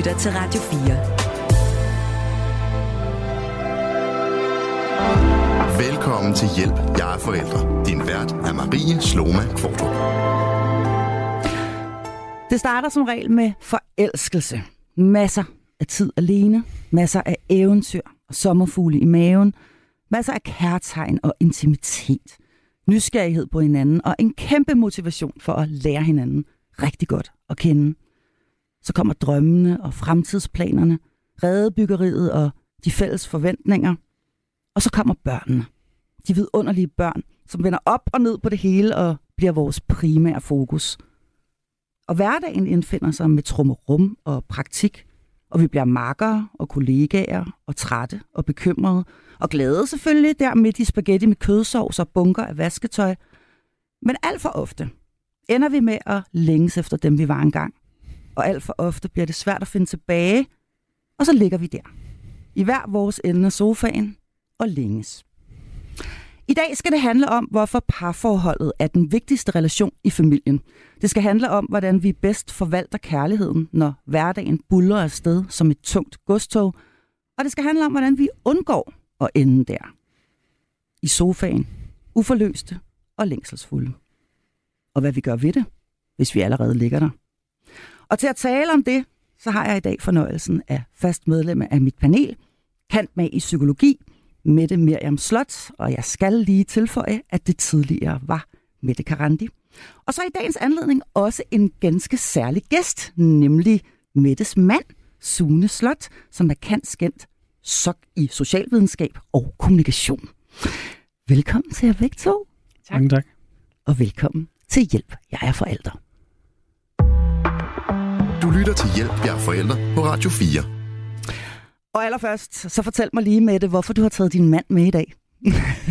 lytter til Radio 4. Velkommen til Hjælp, jeg er forældre. Din vært er Marie Sloma Kvartrup. Det starter som regel med forelskelse. Masser af tid alene, masser af eventyr og sommerfugle i maven, masser af kærtegn og intimitet, nysgerrighed på hinanden og en kæmpe motivation for at lære hinanden rigtig godt at kende. Så kommer drømmene og fremtidsplanerne, redebyggeriet og de fælles forventninger. Og så kommer børnene. De vidunderlige børn, som vender op og ned på det hele og bliver vores primære fokus. Og hverdagen indfinder sig med trummerum og praktik, og vi bliver makkere og kollegaer og trætte og bekymrede, og glade selvfølgelig der midt i spaghetti med kødsovs og bunker af vasketøj. Men alt for ofte ender vi med at længes efter dem, vi var engang. Og alt for ofte bliver det svært at finde tilbage, og så ligger vi der, i hver vores ende af sofaen, og længes. I dag skal det handle om, hvorfor parforholdet er den vigtigste relation i familien. Det skal handle om, hvordan vi bedst forvalter kærligheden, når hverdagen buldrer afsted som et tungt godstog. Og det skal handle om, hvordan vi undgår at ende der. I sofaen, uforløste og længselsfulde. Og hvad vi gør ved det, hvis vi allerede ligger der. Og til at tale om det, så har jeg i dag fornøjelsen af fast medlem af mit panel, cand. Mag i psykologi, Mette Miriam Slot, og jeg skal lige tilføje, at det tidligere var Mette Karandi. Og så i dagens anledning også en ganske særlig gæst, nemlig Mettes mand, Sune Slot, som er cand.scient. Soc i socialvidenskab og kommunikation. Velkommen til jer begge to. Tak. Og velkommen til Hjælp, jeg er forældre. Du lytter til Hjælp, jeg er forældre på Radio 4. Og allerførst, så fortæl mig lige, Mette, hvorfor du har taget din mand med i dag. Det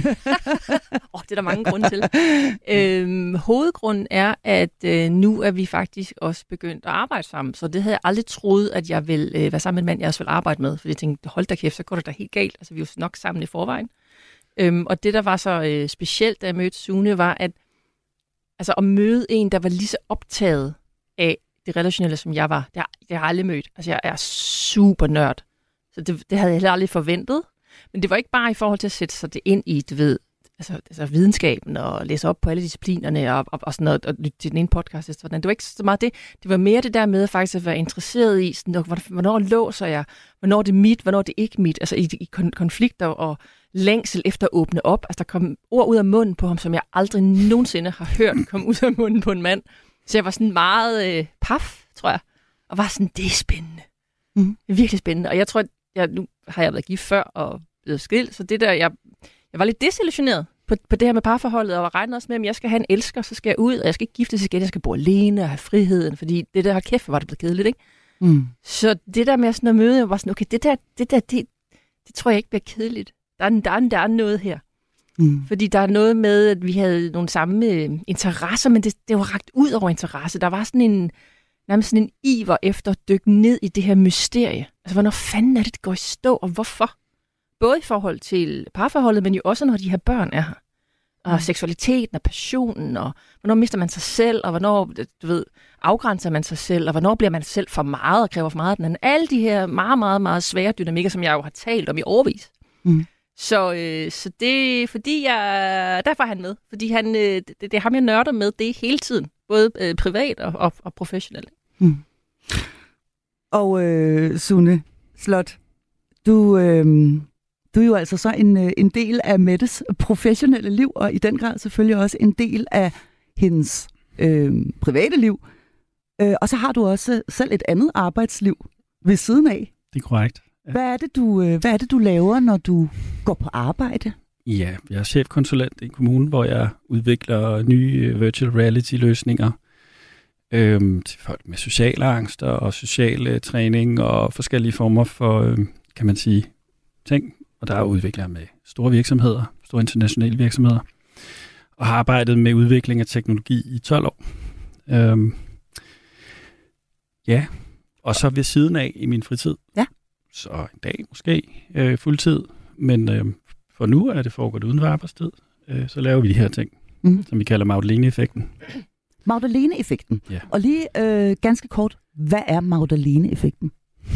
er der mange grunde til. Hovedgrunden er, at nu er vi faktisk også begyndt at arbejde sammen. Så det havde jeg aldrig troet, at jeg ville være sammen med en mand, jeg også ville arbejde med. Fordi jeg tænkte, hold da kæft, så går det da helt galt. Altså, vi er jo nok sammen i forvejen. Og det, der var så specielt, da jeg mødte Sune, var at møde en, der var lige så optaget af det relationelle, som jeg var. Det har jeg aldrig mødt. Altså, jeg er super nørd. Så det havde jeg heller aldrig forventet. Men det var ikke bare i forhold til at sætte sig det ind i, du ved, altså videnskaben og læse op på alle disciplinerne og sådan noget, og lytte til den ene podcast. Det var ikke så meget det. Det var mere det der med faktisk at være interesseret i, sådan, hvornår låser jeg, hvornår det er mit, hvornår det er ikke mit. Altså i konflikter og længsel efter at åbne op. Altså der kom ord ud af munden på ham, som jeg aldrig nogensinde har hørt komme ud af munden på en mand. Så jeg var sådan meget paf, tror jeg. Og var sådan, det er spændende. Det er virkelig spændende. Og jeg tror, nu har jeg været gift før og blevet skilt, så det der, jeg var lidt desillusioneret på det her med parforholdet, og regnede også med, at jeg skal have en elsker, så skal jeg ud, og jeg skal ikke giftes igen, jeg skal bo alene og have friheden, fordi det der, kæft, var det blevet kedeligt, ikke? Så det der med sådan at møde, jeg var sådan, okay, det tror jeg ikke bliver kedeligt. Der er noget her. Fordi der er noget med, at vi havde nogle samme interesser, men det var rakt ud over interesse. Der var sådan nærmest sådan en iver efter at dykke ned i det her mysterie. Altså, hvornår fanden er det går i stå, og hvorfor? Både i forhold til parforholdet, men jo også når de her børn er her. Og seksualiteten og passionen, og hvornår mister man sig selv, og hvornår, afgrænser man sig selv, og hvornår bliver man selv for meget og kræver for meget af den anden. Alle de her meget, meget, meget svære dynamikker, som jeg jo har talt om i årevis. Så det er fordi derfor er han med. Fordi det er ham, jeg nørder med det hele tiden. Både privat og professionelt. Og Sune Slot, du er jo altså så en del af Mettes professionelle liv, og i den grad selvfølgelig også en del af hendes private liv. Og så har du også selv et andet arbejdsliv ved siden af. Det er korrekt. Ja. Hvad er det, du laver, når du går på arbejde? Ja, jeg er chefkonsulent i en kommune, hvor jeg udvikler nye virtual reality-løsninger til folk med sociale angster og sociale træning og forskellige former for, kan man sige, ting. Og der udvikler jeg med store virksomheder, store internationale virksomheder, og har arbejdet med udvikling af teknologi i 12 år. Og så ved siden af i min fritid. Ja. Så en dag måske fuldtid, men for nu er det foregået uden for arbejdstid. Så laver vi de her ting, som vi kalder Magdalene-effekten. Magdalene-effekten. Ja. Og lige ganske kort, hvad er Magdalene-effekten?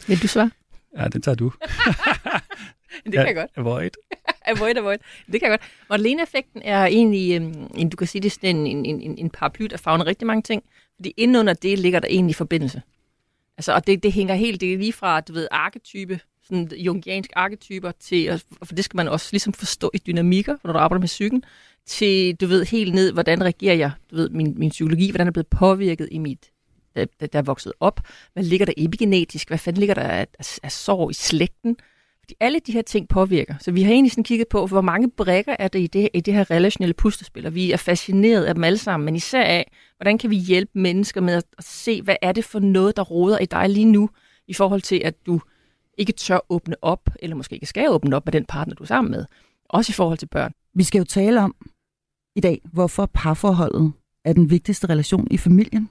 Vil du svare? Ja, den tager du. Det kan jeg godt. Avoid. Avoid. Det kan jeg godt. Madeleine-effekten er egentlig, du kan sige, det er sådan en paraply, der favner rigtig mange ting. Fordi indenunder det ligger der egentlig forbindelse. Altså, og det hænger helt, det er lige fra, du ved, arketype, sådan jungiansk arketyper, til, for det skal man også ligesom forstå i dynamikker, når du arbejder med psyken, til, du ved, helt ned, hvordan reagerer jeg, du ved, min psykologi, hvordan er blevet påvirket i mit, der er vokset op, hvad ligger der epigenetisk, hvad fanden ligger der af sorg i slægten, fordi alle de her ting påvirker. Så vi har egentlig sådan kigget på, hvor mange brikker er det i det her relationelle puslespil, og vi er fascineret af dem alle sammen, men især af, hvordan kan vi hjælpe mennesker med at se, hvad er det for noget, der roder i dig lige nu, i forhold til, at du ikke tør åbne op, eller måske ikke skal åbne op med den partner, du er sammen med. Også i forhold til børn. Vi skal jo tale om i dag, hvorfor parforholdet er den vigtigste relation i familien.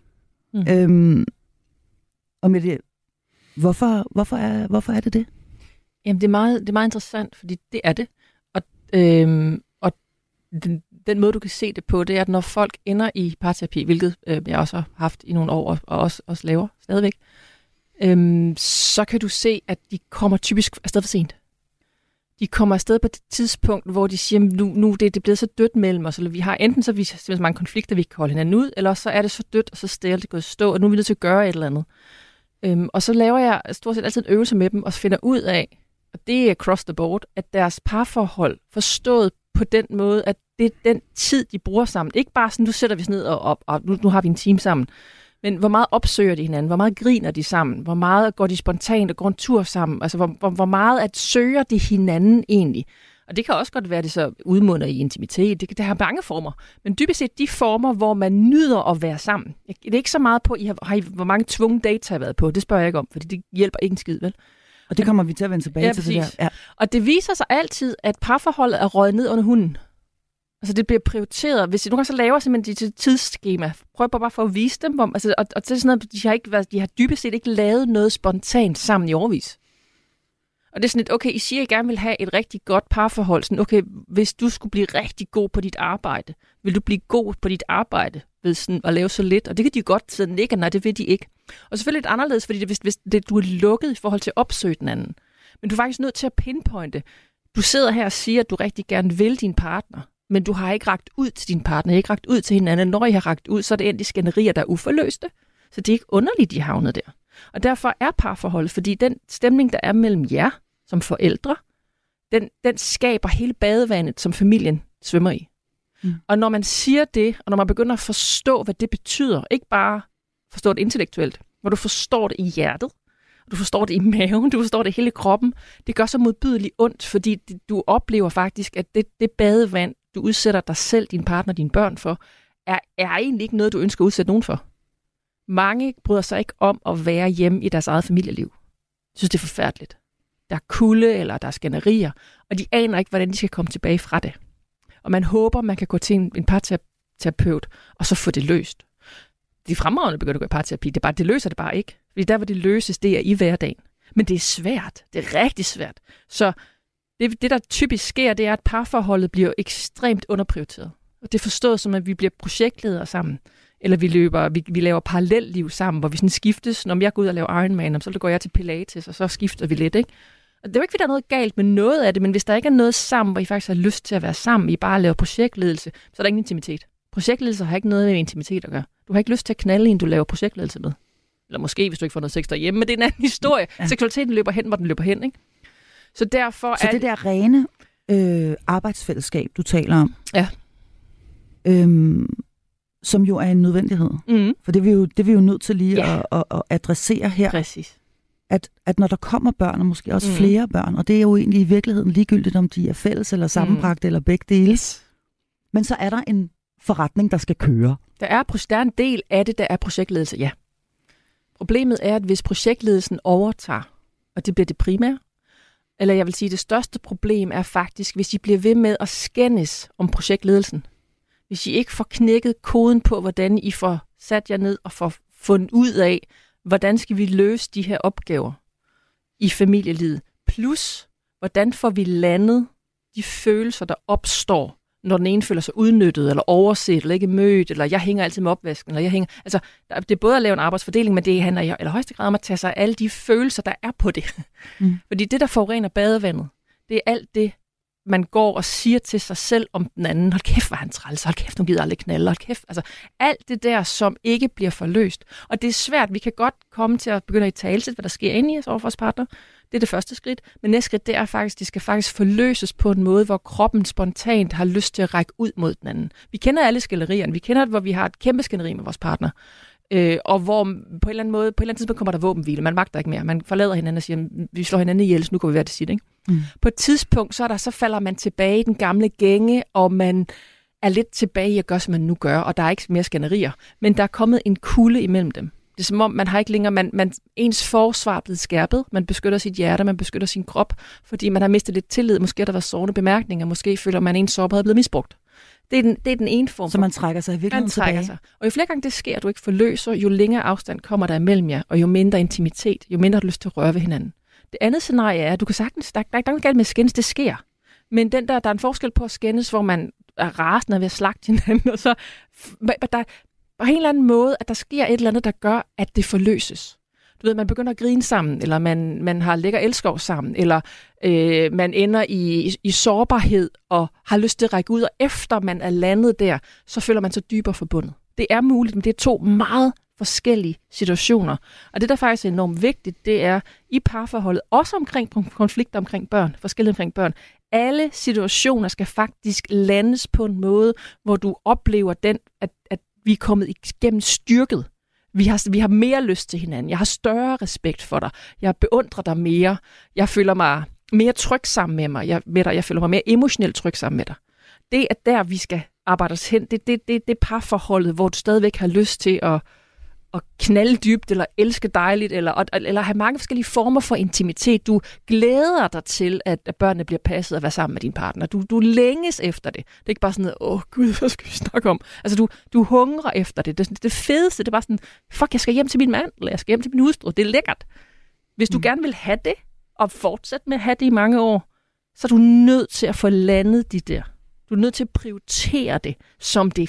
Og med det, hvorfor er det det? Jamen, det er meget interessant, fordi det er det. Og den måde, du kan se det på, det er, at når folk ender i parterapi, hvilket jeg også har haft i nogle år, og også laver stadigvæk, så kan du se, at de kommer typisk afsted for sent. De kommer afsted på det tidspunkt, hvor de siger, nu det er blevet så dødt mellem os, eller vi har enten så mange konflikter, vi kan holde hinanden ud, eller så er det så dødt, og så stille det gået stå, og nu er vi nødt til at gøre et eller andet. Og så laver jeg stort set altid en øvelse med dem, og finder ud af, og det er across the board, at deres parforhold forstået på den måde, at det er den tid, de bruger sammen. Ikke bare sådan, nu sætter vi os ned og nu har vi en team sammen. Men hvor meget opsøger de hinanden? Hvor meget griner de sammen? Hvor meget går de spontant og går en tur sammen? Altså, hvor meget at søger de hinanden egentlig? Og det kan også godt være, at det så udmunder i intimitet. Det har mange former. Men dybest set de former, hvor man nyder at være sammen. Det er ikke så meget på, hvor mange tvungne dates har været på. Det spørger jeg ikke om, fordi det hjælper ikke en skid, vel? Og det kommer vi til at vende tilbage til. Det der. Ja. Og det viser sig altid, at parforholdet er røget ned under hunden. Altså det bliver prioriteret. Hvis du kan så laver simpelthen dit tidsskema, prøv bare for at vise dem, og det er sådan noget, de har dybest set ikke lavet noget spontant sammen i årevis. Og det er sådan lidt, okay, I siger, at I gerne vil have et rigtig godt parforhold. Sådan, okay, hvis du skulle blive rigtig god på dit arbejde, vil du blive god på dit arbejde ved sådan at lave så lidt? Og det kan de godt sidde og nikke, nej, det vil de ikke. Og selvfølgelig lidt anderledes, fordi hvis du er lukket i forhold til at opsøge den anden. Men du er faktisk nødt til at pinpointe. Du sidder her og siger, at du rigtig gerne vil din partner, men du har ikke rakt ud til din partner, ikke rakt ud til hinanden. Når I har rakt ud, så er det endelig skænderier, der er uforløste. Så det er ikke underligt, de havner der. Og derfor er parforholdet, fordi den stemning, der er mellem jer som forældre, den skaber hele badevandet, som familien svømmer i. Og når man siger det, og når man begynder at forstå, hvad det betyder, ikke bare forstå det intellektuelt, hvor du forstår det i hjertet, du forstår det i maven, du forstår det i hele kroppen, det gør så modbydeligt ondt, fordi du oplever faktisk, at det badevand, du udsætter dig selv, din partner, dine børn for, er egentlig ikke noget, du ønsker at udsætte nogen for. Mange bryder sig ikke om at være hjemme i deres eget familieliv. Jeg synes, det er forfærdeligt. Der er kulde, eller der er skænderier, og de aner ikke, hvordan de skal komme tilbage fra det. Og man håber, man kan gå til en parterapeut, og så få det løst. De fremragende begynder at gå i parterapi, det løser det bare ikke. Fordi der, hvor det løses, det er i hverdagen. Men det er svært. Det er rigtig svært. Så det der typisk sker, det er, at parforholdet bliver ekstremt underprioriteret. Og det er forstået som, at vi bliver projektledere sammen. Eller vi laver parallelliv sammen, hvor vi sådan skiftes. Når jeg går ud og laver Ironman, så går jeg til Pilates, og så skifter vi lidt, ikke? Og det er jo ikke, fordi der er noget galt med noget af det, men hvis der ikke er noget sammen, hvor I faktisk har lyst til at være sammen, I bare laver projektledelse, så er der ingen intimitet. Projektledelse har ikke noget med intimitet at gøre. Du har ikke lyst til at knalde en, du laver projektledelse med. Eller måske, hvis du ikke får noget sex derhjemme, men det er en anden historie. Ja. Seksualiteten løber hen, hvor den løber hen, ikke? Så derfor det der rene arbejdsfællesskab, du taler om, ja. Som jo er en nødvendighed. For det er vi jo nødt til lige at adressere her. Præcis. At når der kommer børn, og måske også flere børn, og det er jo egentlig i virkeligheden ligegyldigt, om de er fælles eller sammenbragte eller begge dele, men så er der en forretning, der skal køre. Der er en del af det, der er projektledelse, ja. Problemet er, at hvis projektledelsen overtager, og det bliver det primære, eller jeg vil sige, det største problem er faktisk, hvis I bliver ved med at skændes om projektledelsen. Hvis I ikke får knækket koden på, hvordan I får sat jer ned og får fundet ud af, hvordan skal vi løse de her opgaver i familielivet. Plus, hvordan får vi landet de følelser, der opstår, når den ene føler sig udnyttet, eller overset, eller ikke mødt, eller jeg hænger altid med opvasken, eller jeg hænger... Altså, det er både at lave en arbejdsfordeling, men det handler i allerhøjeste grad om at tage sig af alle de følelser, der er på det. Fordi det, der forurener badevandet, det er alt det, man går og siger til sig selv om den anden. Hold kæft, hvor han træls. Hold kæft, nu gider aldrig knalde. Hold kæft. Altså, alt det der, som ikke bliver forløst. Og det er svært. Vi kan godt komme til at begynde at italesætte, hvad der sker inde i os overfor vores partner. Det er det første skridt. Men næste skridt, det er faktisk, det skal faktisk forløses på en måde, hvor kroppen spontant har lyst til at række ud mod den anden. Vi kender alle skænderierne. Vi kender, hvor vi har et kæmpe skænderi med vores partner. Og hvor på en eller anden måde, på et eller andet tidspunkt kommer der våbenhvile. Man magter ikke mere. Man forlader hinanden og siger, vi slår hinanden ihjel, så nu går vi hver til sit, ikke? På et tidspunkt, så falder man tilbage i den gamle gænge, og man er lidt tilbage i at gøre, som man nu gør, og der er ikke mere skænderier. Men der er kommet en kulde imellem dem. Det er som om, man har ikke længere, ens forsvar er blevet skærpet, man beskytter sit hjerte, man beskytter sin krop, fordi man har mistet lidt tillid, måske har der været sårende bemærkninger, måske føler man, at ens sårbarhed er blevet misbrugt. Det er den ene form. Så man trækker sig i virkeligheden tilbage. Sig. Og jo flere gange det sker, du ikke forløser, jo længere afstand kommer der imellem jer, og jo mindre intimitet, jo mindre har du lyst til at røre ved hinanden. Det andet scenarie er, at du kan sagtens, der er ikke noget galt med at skændes, det sker. Men der er en forskel på at skændes, hvor man er rasende ved at slagte hinanden, og så der på en eller anden måde, at der sker et eller andet, der gør, at det forløses. Du ved, man begynder at grine sammen, eller man har lækker elskov sammen, eller man ender i sårbarhed og har lyst til at række ud, og efter man er landet der, så føler man sig dybere forbundet. Det er muligt, men det er to meget forskellige situationer. Og det, der faktisk er enormt vigtigt, det er i parforholdet, også omkring konflikter omkring børn, forskellige omkring børn, alle situationer skal faktisk landes på en måde, hvor du oplever at vi er kommet igennem styrket. Vi har mere lyst til hinanden. Jeg har større respekt for dig. Jeg beundrer dig mere. Jeg føler mig mere tryg sammen med mig. Jeg føler mig mere emotionelt tryg sammen med dig. Det er der, vi skal arbejde os hen. Det parforholdet, hvor du stadigvæk har lyst til at knalde dybt, eller elske dejligt, eller have mange forskellige former for intimitet. Du glæder dig til, at børnene bliver passet og være sammen med din partner. Du længes efter det. Det er ikke bare sådan noget, gud, hvad skal vi snakke om? Altså, du hungrer efter det. Det fedeste, det er bare sådan, fuck, jeg skal hjem til min mand, eller jeg skal hjem til min hustru. Det er lækkert. Hvis du gerne vil have det, og fortsætte med at have det i mange år, så er du nødt til at få landet de der. Du er nødt til at prioritere det som det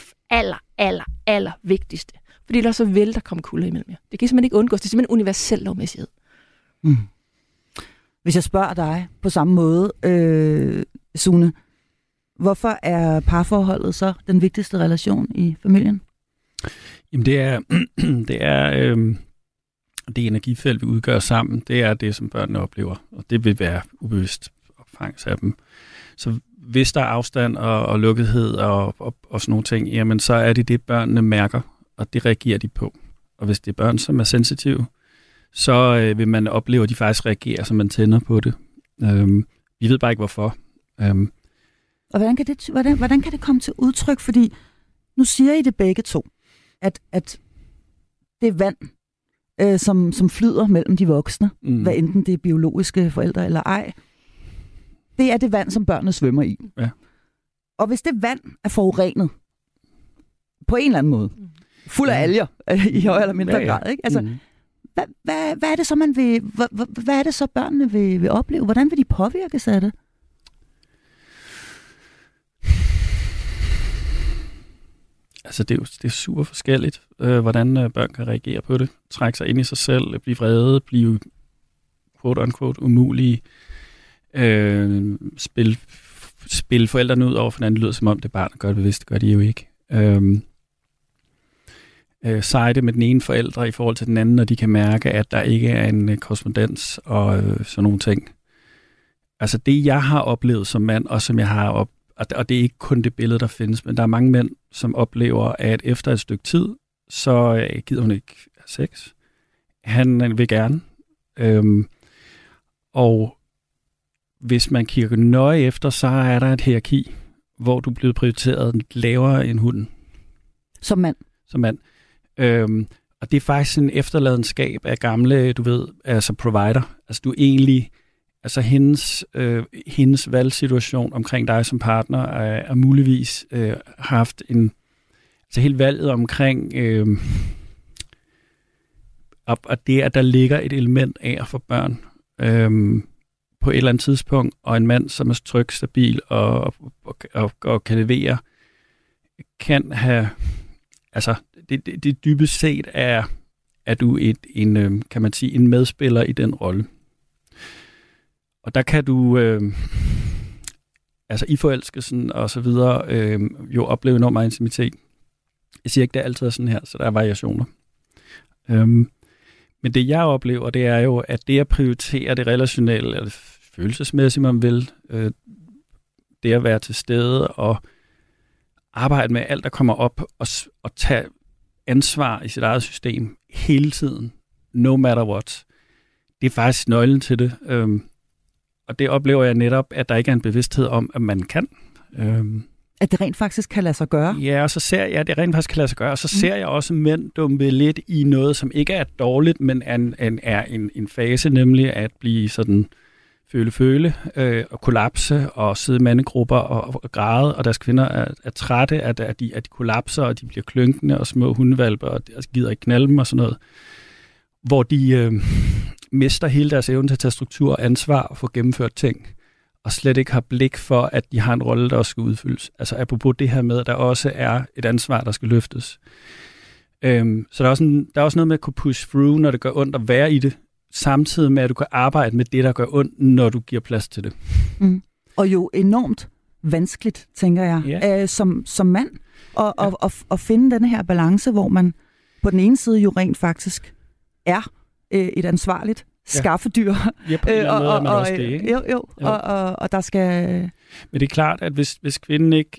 aller vigtigste. Fordi ellers så vil der komme kulde imellem jer. Det kan simpelthen ikke undgås. Det er simpelthen universel lovmæssighed. Hvis jeg spørger dig på samme måde, Sune, hvorfor er parforholdet så den vigtigste relation i familien? Jamen det er det energifelt, vi udgør sammen. Det er det, som børnene oplever. Og det vil være ubevidst opfangelse af dem. Så hvis der er afstand og lukkethed og sådan nogle ting, jamen så er det børnene mærker. Og det reagerer de på. Og hvis det er børn, som er sensitive, så vil man opleve, at de faktisk reagerer, som man tænder på det. Vi ved bare ikke, hvorfor. Og hvordan kan det komme til udtryk? Fordi nu siger I det begge to, at det er vand, som flyder mellem de voksne, hvad enten det er biologiske forældre eller ej. Det er det vand, som børnene svømmer i. Ja. Og hvis det vand er forurenet, på en eller anden måde, fuld af alger i højere eller mindre grad, ikke? Altså, hvad er det så, man vil, hvad er det så, børnene vil opleve? Hvordan vil de påvirkes af det? Altså, det er super forskelligt, hvordan børn kan reagere på det. Trække sig ind i sig selv, blive vrede, blive quote-unquote umulige, spille forældrene ud over for hinanden. Det lyder som om, det barn gør det bevidst, det gør de jo ikke. Sejde med den ene forælder i forhold til den anden, og de kan mærke, at der ikke er en korrespondens og sådan nogle ting. Altså det, jeg har oplevet som mand, og som jeg har og det er ikke kun det billede, der findes, men der er mange mænd, som oplever, at efter et stykke tid, så gider hun ikke have sex. Han vil gerne. Og hvis man kigger nøje efter, så er der et hierarki, hvor du er blevet prioriteret lavere end hunden. Som mand. Og det er faktisk en efterladenskab af gamle, du ved, altså provider. Altså du egentlig, altså hendes valgsituation omkring dig som partner er muligvis haft en, altså helt valget omkring, og det at der ligger et element af at få børn på et eller andet tidspunkt, og en mand, som er tryg, stabil og kan levere, kan have, altså det dybest set er du kan man sige, en medspiller i den rolle. Og der kan du, i forelskelsen og så videre, jo opleve enormt meget intimitet. Jeg siger ikke, det er altid sådan her, så der er variationer. Men det jeg oplever, det er jo, at det at prioritere det relationelle, eller det følelsesmæssige, man vil, det at være til stede og arbejde med alt, der kommer op, og tage ansvar i sit eget system hele tiden, no matter what, det er faktisk nøglen til det. Og det oplever jeg netop, at der ikke er en bevidsthed om, at man kan. At det rent faktisk kan lade sig gøre? Ja, og så ser jeg, at det rent faktisk kan lade sig gøre. Og så ser jeg også mænd dumpe lidt i noget, som ikke er dårligt, men er en fase, nemlig at blive sådan føle og kollapse og sidde i mandegrupper og græde, og deres kvinder er trætte, at de kollapser, og de bliver klynkende og små hundevalper, og gider ikke knalde dem og sådan noget. Hvor de mister hele deres evne til at tage struktur og ansvar og få gennemført ting, og slet ikke har blik for, at de har en rolle, der også skal udfyldes. Altså apropos det her med, at der også er et ansvar, der skal løftes. Så der er også noget med at kunne push through, når det gør ondt at være i det, samtidig med, at du kan arbejde med det, der gør ondt, når du giver plads til det. Og jo enormt vanskeligt, tænker jeg, som mand, at finde den her balance, hvor man på den ene side jo rent faktisk er et ansvarligt skaffedyr. Ja, på en eller anden måde er man også det, ikke? Jo. Og der skal... Men det er klart, at hvis kvinden ikke...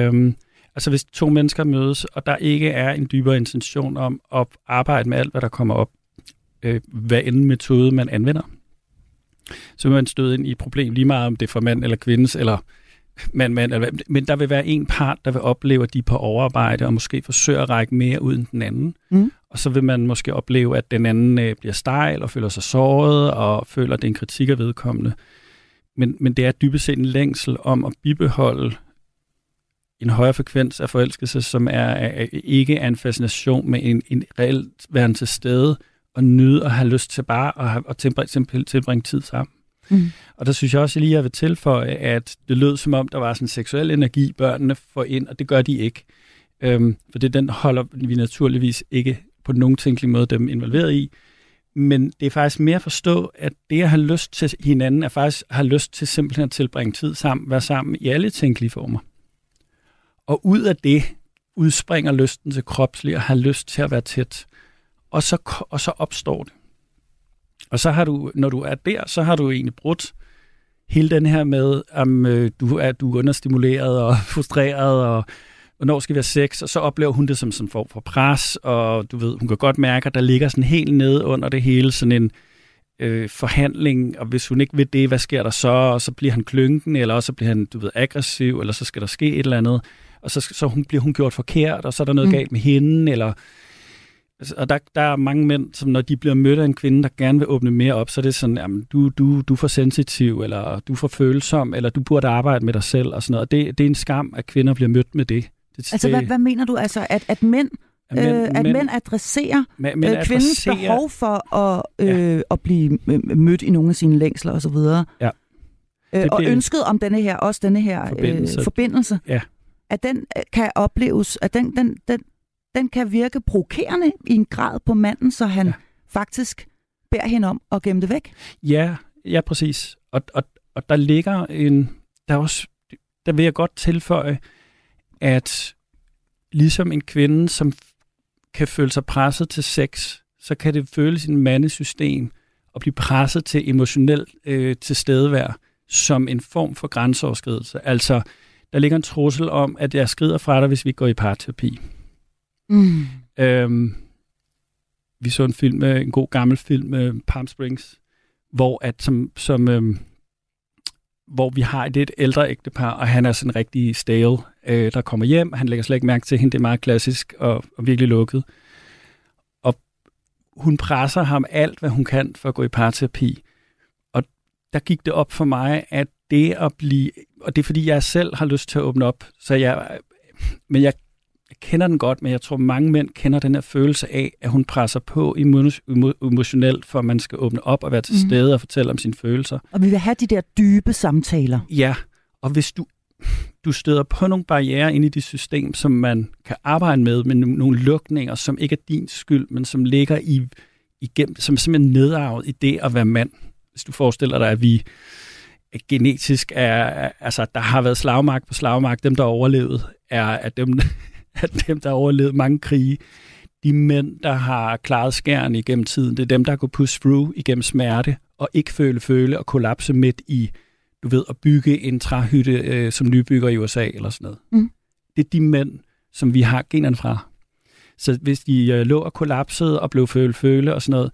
hvis to mennesker mødes, og der ikke er en dybere intention om at arbejde med alt, hvad der kommer op, hvad end metode man anvender, så vil man støde ind i et problem lige meget, om det er for mand eller kvindes, eller mand, eller, men der vil være en part, der vil opleve, at de er på overarbejde, og måske forsøger at række mere ud end den anden. Og så vil man måske opleve, at den anden bliver stejl, og føler sig såret, og føler, at det er en kritik af vedkommende. Men det er dybest set en længsel om at bibeholde en højere frekvens af forelskelse, som ikke er en fascination med en reelt væren til stede, og nyde og have lyst til bare at tilbringe tid sammen. Og der synes jeg også, at jeg vil tilføje, at det lød som om, der var sådan en seksuel energi, børnene får ind, og det gør de ikke. For den holder vi naturligvis ikke på nogen tænkelig måde dem involveret i. Men det er faktisk mere at forstå, at det at have lyst til hinanden, er faktisk at have lyst til simpelthen at tilbringe tid sammen, være sammen i alle tænkelige former. Og ud af det udspringer lysten til kropslig at have lyst til at være tæt. Og så opstår det. Og så har du, når du er der, så har du egentlig brudt hele den her med, om du er understimuleret og frustreret, og hvornår skal vi have sex, og så oplever hun det som sådan en form for pres, og du ved, hun kan godt mærke, at der ligger sådan helt nede under det hele, sådan en forhandling, og hvis hun ikke vil det, hvad sker der så? Og så bliver han klynken, eller også bliver han, aggressiv, eller så skal der ske et eller andet, og så bliver hun gjort forkert, og så er der noget galt med hende, eller... Og der er mange mænd, som når de bliver mødt af en kvinde, der gerne vil åbne mere op, så er det sådan, jamen, du er for sensitiv, eller du er for følsom, eller du burde arbejde med dig selv, og sådan noget. Det er en skam, at kvinder bliver mødt med det. Hvad mener du? Altså, at mænd adresserer kvindens behov for at blive mødt i nogle af sine længsler og så videre. Ja. Og ønsket om denne her forbindelse, at den kan opleves, at den kan virke provokerende i en grad på manden, så han faktisk beder hende om at gemme det væk. Ja, præcis. Og der ligger der vil jeg godt tilføje, at ligesom en kvinde, som kan føle sig presset til sex, så kan det føles i en mandesystem at blive presset til emotionelt tilstedevær som en form for grænseoverskridelse. Altså, der ligger en trussel om, at jeg skrider fra dig, hvis vi går i parterapi. Vi så en god gammel film, Palm Springs, hvor vi har et ældre ægtepar, og han er sådan en rigtig stale, der kommer hjem, han lægger slet ikke mærke til hende, det er meget klassisk og virkelig lukket. Og hun presser ham alt, hvad hun kan for at gå i parterapi. Og der gik det op for mig, at det at blive, og det er fordi, jeg selv har lyst til at åbne op, men jeg kender den godt, men jeg tror, mange mænd kender den her følelse af, at hun presser på emotionelt, for at man skal åbne op og være til stede og fortælle om sine følelser. Og vi vil have de der dybe samtaler. Ja, og hvis du støder på nogle barrierer inde i dit system, som man kan arbejde med nogle lukninger, som ikke er din skyld, men som ligger igennem, som er simpelthen nedarvet i det at være mand. Hvis du forestiller dig, at vi genetisk altså der har været slagmark på slagmark, dem der har overlevet, er dem, der har overlevet mange krige. De mænd, der har klaret skæren igennem tiden, det er dem, der kan push through igennem smerte, og ikke føle og kollapse midt i, du ved, at bygge en træhytte som nybygger i USA eller sådan noget. Mm. Det er de mænd, som vi har generne fra. Så hvis de lå og kollapsede og blev føle og sådan noget,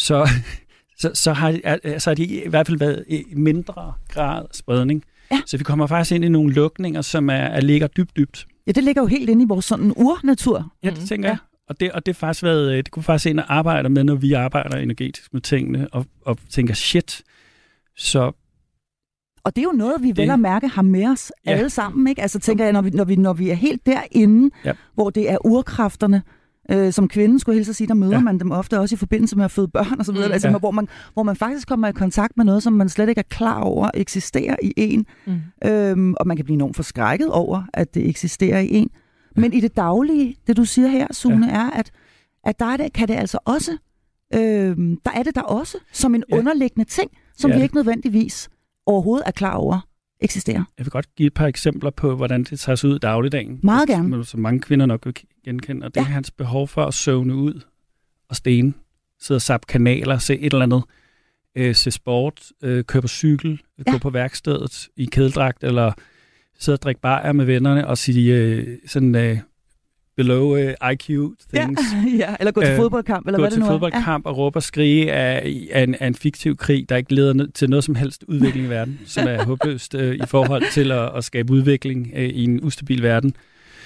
så har de i hvert fald været i mindre grad spredning. Ja. Så vi kommer faktisk ind i nogle lukninger, som ligger dybt. Ja, det ligger jo helt inde i vores sådan urnatur. Ja, det tænker jeg. Og det faktisk det kunne faktisk ind og arbejde med, når vi arbejder energetisk med tingene, og tænker, shit, så... Og det er jo noget, vi vel at mærke har med os alle sammen, ikke? Altså tænker jeg, når vi er helt derinde, hvor det er urkræfterne, som kvinde skulle hilse at sige, der møder man dem ofte også i forbindelse med at føde børn og så videre, altså, hvor man faktisk kommer i kontakt med noget, som man slet ikke er klar over eksisterer i en, og man kan blive enormt forskrækket over, at det eksisterer i en. Men i det daglige, det du siger her, Sune, er, at der kan det altså også, der er det der også som en underliggende ting, som vi ikke nødvendigvis overhovedet er klar over eksisterer. Jeg vil godt give et par eksempler på, hvordan det tager sig ud i dagligdagen. Meget gerne. Som mange kvinder nok vil genkende. Og det er hans behov for at søvne ud og stene. Sidde og zappe kanaler, se et eller andet. Se sport, køre på cykel, gå på værkstedet i kædeldragt, eller sidde og drikke bajer med vennerne og sige sådan... below IQ things. Ja, eller gå til fodboldkamp, eller hvad det nu er. Gå til fodboldkamp og råbe og skrige af en fiktiv krig, der ikke leder til noget som helst udvikling i verden, som er håbløst i forhold til at skabe udvikling i en ustabil verden.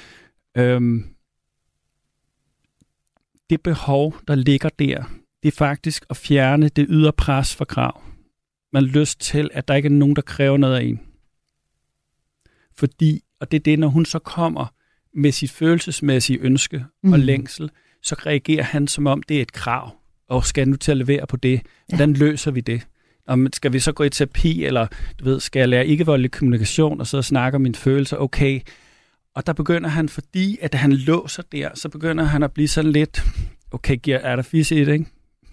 Det behov, der ligger der, det er faktisk at fjerne det ydre pres for krav. Man har lyst til, at der ikke er nogen, der kræver noget af en. Fordi, og det er det, når hun så kommer med sit følelsesmæssige ønske og længsel, så reagerer han, som om det er et krav. Og skal nu til at levere på det? Hvordan løser vi det? Skal vi så gå i terapi, eller skal jeg lære ikke-voldelig kommunikation, og så snakke om mine følelser? Okay. Og der begynder han, fordi at han låser der, så begynder han at blive sådan lidt, okay, er der fisse i det, ikke?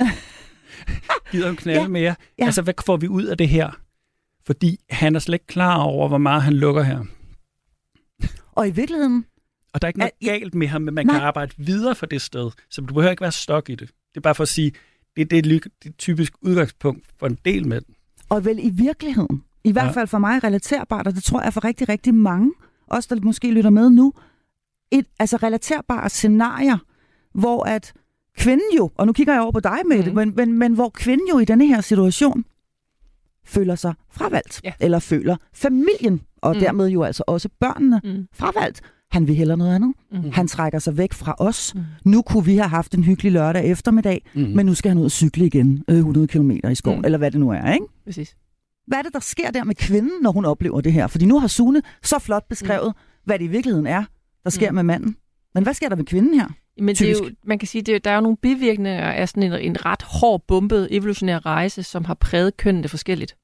Gider han knalde mere? Ja. Altså, hvad får vi ud af det her? Fordi han er slet ikke klar over, hvor meget han lukker her. Og i virkeligheden... Og der er ikke noget galt med ham, men man kan arbejde videre fra det sted. Så du behøver ikke være stok i det. Det er bare for at sige, det er et typisk udgangspunkt for en del med den. Og vel i virkeligheden, i hvert fald for mig relaterbart, og det tror jeg for rigtig, rigtig mange, også der måske lytter med nu, relaterbare scenarier, hvor at kvinden jo, og nu kigger jeg over på dig med det, men hvor kvinden jo i denne her situation føler sig fravalgt, eller føler familien, og dermed jo altså også børnene fravalgt. Han vil hellere noget andet. Han trækker sig væk fra os. Nu kunne vi have haft en hyggelig lørdag eftermiddag, men nu skal han ud og cykle igen 100 kilometer i skoven, eller hvad det nu er, ikke? Præcis. Hvad er det, der sker der med kvinden, når hun oplever det her? Fordi nu har Sune så flot beskrevet, hvad det i virkeligheden er, der sker med manden. Men hvad sker der med kvinden her? Men det er jo, man kan sige, der er jo nogle bivirkninger af sådan en ret hård, bumpet evolutionær rejse, som har præget kønnene forskelligt.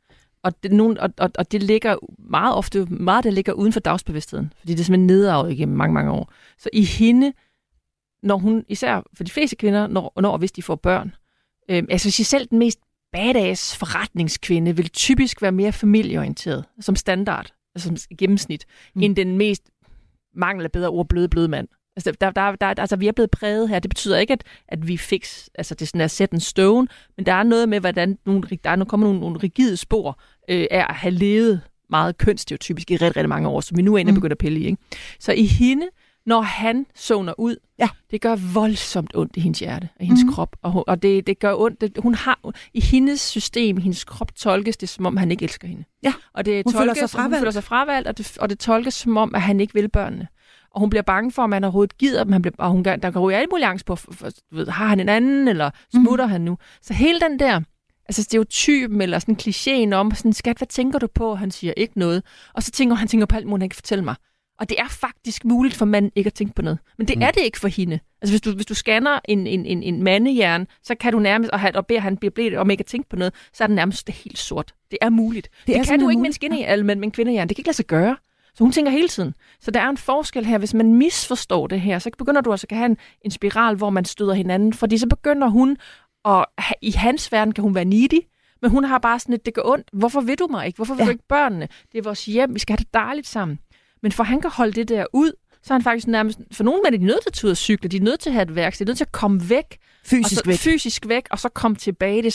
Og det ligger meget ofte, det ligger uden for dagsbevidstheden, fordi det er simpelthen nedarvet igennem mange, mange år. Så i hende, når hun, især for de fleste kvinder, når hvis de får børn, altså selv den mest badass forretningskvinde vil typisk være mere familieorienteret, som standard, altså som gennemsnit, end den mest mangel af bedre ord bløde mand. Altså, vi er blevet præget her. Det betyder ikke, at vi fix, altså det er sådan at sætte en stone, men der er noget med, hvordan der kommer nogle rigide spor af at have levet meget kønsstereotypisk i rigtig, rigtig mange år, som vi nu er inde og begynder at pille i. Ikke? Så i hende, når han zoner ud, det gør voldsomt ondt i hendes hjerte og hendes krop, og det gør ondt. Hun har i hendes system, i hendes krop tolkes det, som om han ikke elsker hende. Ja, og det hun føler sig fravalgt, og det tolkes som om, at han ikke vil børnene. Og hun bliver bange for, om han overhovedet gider dem, der kan ryge alle mulige angst på, har han en anden, eller smutter han nu? Så hele den der, altså stereotypen, eller sådan klichéen om, sådan, skat, hvad tænker du på? Han siger ikke noget. Og så tænker han på alt muligt, han kan fortælle mig. Og det er faktisk muligt for manden ikke at tænke på noget. Men det er det ikke for hende. Altså hvis du scanner en mandehjerne, så kan du nærmest, og beder han bliver blevet om ikke at tænke på noget, så er det nærmest det helt sort. Det er muligt. Det kan du ikke med en skinnerhjerne, men med en kvindehjerne. Det kan ikke lade sig gøre. Så hun tænker hele tiden. Så der er en forskel her. Hvis man misforstår det her, så begynder du altså at have en spiral, hvor man støder hinanden. Fordi så begynder hun, og i hans verden kan hun være needy, men hun har bare sådan et, det gør ondt. Hvorfor vil du mig ikke? Hvorfor vil du ikke børnene? Det er vores hjem. Vi skal have det dejligt sammen. Men for han kan holde det der ud, så er han faktisk nærmest... For nogle mænd er de nødt til at tage ud og cykle. De er nødt til at have et værksted. De er nødt til at komme væk. Fysisk væk, og så komme tilbage. Det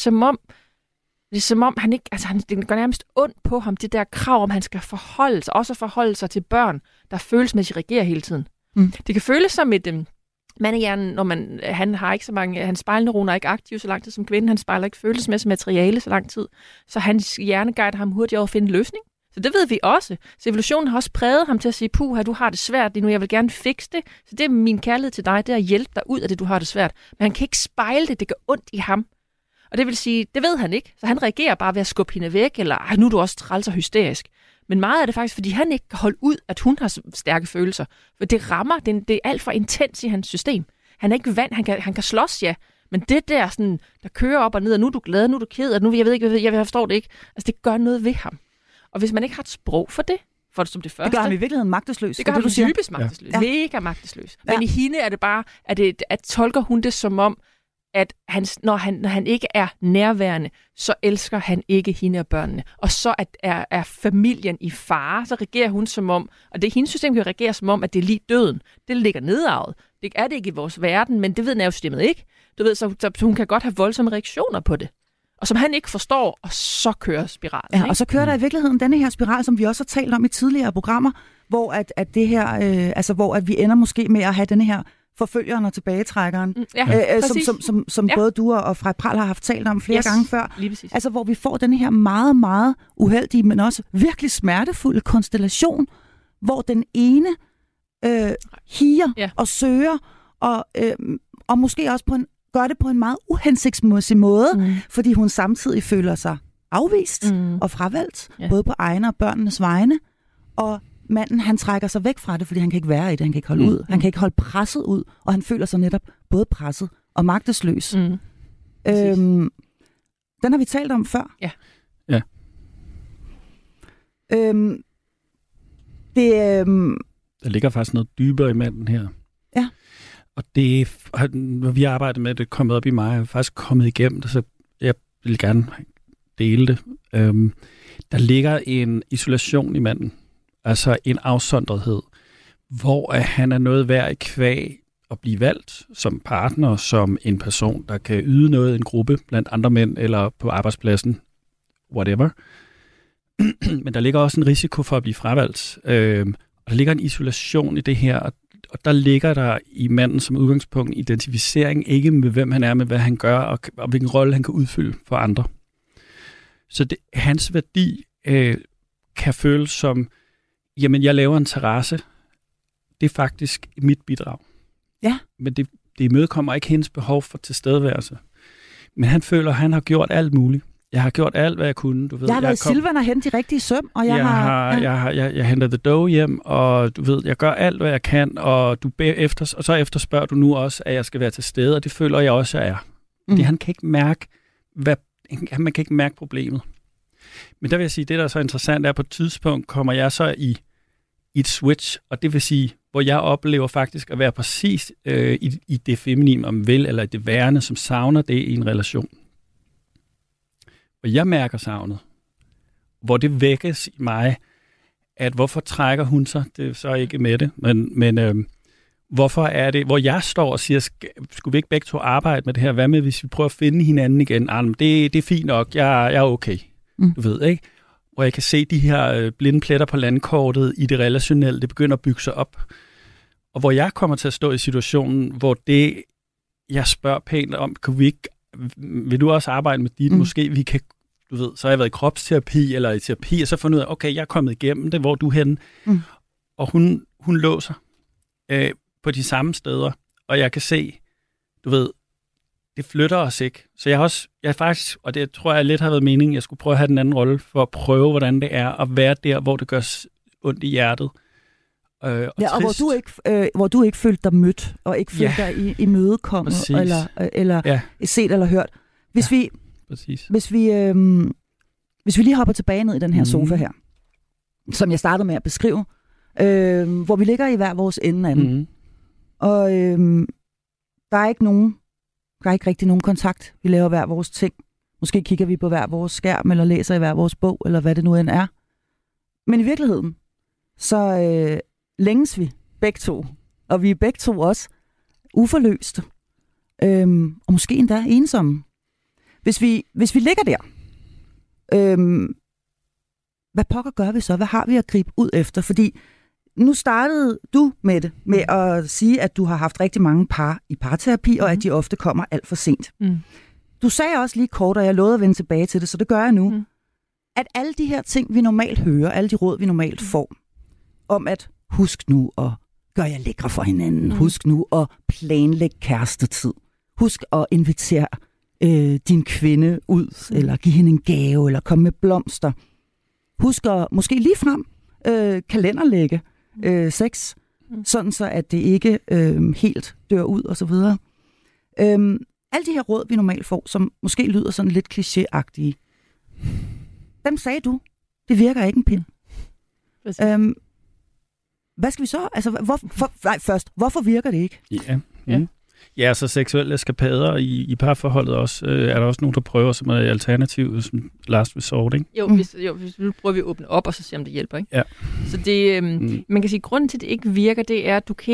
er som om han ikke... Altså, det går nærmest ondt på ham, det der krav, om han skal forholde sig til børn, der følelsesmæssigt reagerer hele tiden. Det kan føles som et... Mandehjernen, når han har ikke så mange... Hans spejlneuroner er ikke aktive så lang tid som kvinden. Han spejler ikke følelsesmæssigt materiale så lang tid. Så hans hjerne guider ham hurtigt over at finde en løsning. Så det ved vi også. Så evolutionen har også præget ham til at sige, puha, du har det svært lige nu, jeg vil gerne fikse det. Så det er min kærlighed til dig, det er at hjælpe dig ud af det, du har det svært. Men han kan ikke spejle det, det gør ondt i ham. Og det vil sige, det ved han ikke. Så han reagerer bare ved at skubbe hende væk, eller nu er du også træls og hysterisk. Men meget er det faktisk, fordi han ikke kan holde ud, at hun har stærke følelser. For det rammer, det er alt for intens i hans system. Han er ikke vant, han kan slås, ja. Men det der, sådan, der kører op og ned, og nu er du glad, nu er du ked, og nu jeg forstår det ikke. Altså, det gør noget ved ham. Og hvis man ikke har et sprog for det som det første... Det gør ham i virkeligheden magtesløs. Det gør ham dybest magtesløs. Ja. Mega magtesløs. Men i hende er det bare, at tolker hun det som om, at når han ikke er nærværende, så elsker han ikke hende og børnene. Og så er familien i fare, så reagerer hun som om, og det hendes system kan reagere som om, at det er lige døden. Det ligger nedarvet. Det er det ikke i vores verden, men det ved nervesystemet ikke. Du ved, så hun kan godt have voldsomme reaktioner på det. Og som han ikke forstår, og så kører spiralen. Ja, og så kører der i virkeligheden denne her spiral, som vi også har talt om i tidligere programmer, hvor at det her, hvor at vi ender måske med at have denne her forfølgeren og tilbagetrækkeren, som både du og Frej Pral har haft talt om flere gange før. Altså hvor vi får denne her meget, meget uheldige, men også virkelig smertefulde konstellation, hvor den ene higer og søger, og måske også gør det på en meget uhensigtsmæssig måde, fordi hun samtidig føler sig afvist og fravalgt, både på egne og børnenes vegne, og manden, han trækker sig væk fra det, fordi han kan ikke være i det, han kan ikke holde ud, han kan ikke holde presset ud, og han føler sig netop både presset og magtesløs. Den har vi talt om før. Ja. Der ligger faktisk noget dybere i manden her. Ja. Og det, når vi arbejder med det, er kommet op i mig, jeg er faktisk kommet igennem det, så jeg vil gerne dele det. Der ligger en isolation i manden, altså en afsondrethed, hvor han er noget værd i kvæg at blive valgt som partner, som en person, der kan yde noget i en gruppe blandt andre mænd, eller på arbejdspladsen, whatever. Men der ligger også en risiko for at blive fravalgt. Og der ligger en isolation i det her, og der ligger der i manden som udgangspunkt identificering, ikke med hvem han er, med hvad han gør, og hvilken rolle han kan udfylde for andre. Så hans værdi kan føles som, jamen jeg laver en terrasse, det er faktisk mit bidrag. Ja. Men det imødekommer ikke hendes behov for tilstedeværelse. Men han føler, at han har gjort alt muligt. Jeg har gjort alt, hvad jeg kunne. Du ved, jeg har været i Silvan og hentet de rigtige søm, og jeg henter the dough hjem, og du ved, jeg gør alt, hvad jeg kan, og så efterspørger du nu også, at jeg skal være til stede, og det føler jeg også, at jeg er. Fordi han kan ikke mærke, man kan ikke mærke problemet. Men der vil jeg sige, det der er så interessant er, at på et tidspunkt kommer jeg så i et switch, og det vil sige, hvor jeg oplever faktisk at være præcis i det feminine, om vil, eller i det værende, som savner det i en relation. Og jeg mærker savnet, hvor det vækkes i mig, at hvorfor trækker hun sig, det er så ikke med det, men hvorfor er det, hvor jeg står og siger, skulle vi ikke begge to arbejde med det her, hvad med hvis vi prøver at finde hinanden igen, det er fint nok, jeg er okay, du ved, ikke? Hvor jeg kan se de her blinde pletter på landkortet i det relationelle, det begynder at bygge sig op, og hvor jeg kommer til at stå i situationen, hvor det, jeg spørger pænt om, vil du også arbejde med dit, måske vi kan, du ved, så har jeg været i kropsterapi eller i terapi, og så fundet ud af, okay, jeg er kommet igennem det, hvor er du henne? Og hun låser på de samme steder, og jeg kan se, du ved, det flytter os ikke. Så jeg faktisk, og det tror jeg lidt har været meningen, jeg skulle prøve at have den anden rolle, for at prøve, hvordan det er at være der, hvor det gør ondt i hjertet, og hvor du ikke følte dig mødt, og ikke følte dig imødekommet, eller set eller hørt. Hvis vi lige hopper tilbage ned i den her sofa her, som jeg startede med at beskrive, hvor vi ligger i hver vores ende af den. Og der er ikke rigtig nogen kontakt. Vi laver hver vores ting. Måske kigger vi på hver vores skærm, eller læser i hver vores bog, eller hvad det nu end er. Men i virkeligheden, så længes vi begge to. Og vi er begge to også uforløste. Og måske endda ensomme. Hvis vi ligger der, hvad pokker gør vi så? Hvad har vi at gribe ud efter? Fordi nu startede du med det, med at sige, at du har haft rigtig mange par i parterapi, og at de ofte kommer alt for sent. Du sagde også lige kort, og jeg lovede at vende tilbage til det, så det gør jeg nu, at alle de her ting, vi normalt hører, alle de råd, vi normalt får, om at husk nu at gøre jer lækre for hinanden, husk nu at planlægge kærestetid, husk at invitere din kvinde ud, eller give hende en gave, eller komme med blomster. Husk at måske ligefrem kalenderlægge sex, sådan så at det ikke helt dør ud, og så videre. Alle de her råd, vi normalt får, som måske lyder sådan lidt klichéagtige, dem sagde du, det virker ikke en pind. Hvad skal vi så? Altså, hvorfor virker det ikke? Ja, så seksuelle eskapader i parforholdet også. Er der også nogen, der prøver som et alternativ, som last resort, ikke? Hvis nu prøver vi at åbne op, og så se, om det hjælper, ikke? Ja. Så det, man kan sige, at grunden til, at det ikke virker, det er, at du kan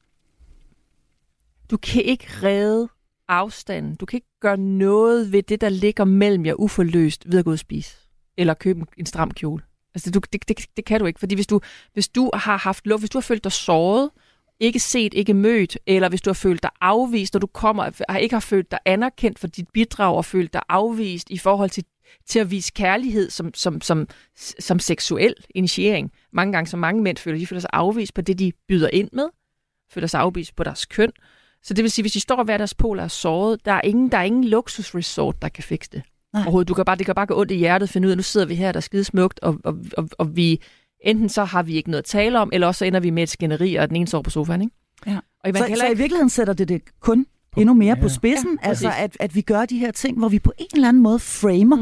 ikke redde afstanden. Du kan ikke gøre noget ved det, der ligger mellem jer uforløst ved at gå og spise. Eller købe en stram kjole. Altså, det kan du ikke. Fordi hvis du har haft lov, hvis du har følt dig såret, ikke set, ikke mødt, eller hvis du har følt dig afvist, og du ikke har følt dig anerkendt for dit bidrag, og følt dig afvist i forhold til at vise kærlighed som seksuel initiering. Mange gange, som mange mænd føler sig afvist på det, de byder ind med, føler sig afvist på deres køn. Så det vil sige, hvis de står og hver deres pol er såret, der er ingen luksusresort, der kan fikse det. Overhovedet. Det kan bare gå ondt i hjertet, finde ud af, nu sidder vi her, der er skide smukt, og vi enten så har vi ikke noget at tale om, eller også så ender vi med et skænderi, og den ene sover på sofaen, ikke? Ja. Og så i virkeligheden sætter det kun endnu mere på spidsen, altså at vi gør de her ting, hvor vi på en eller anden måde framer,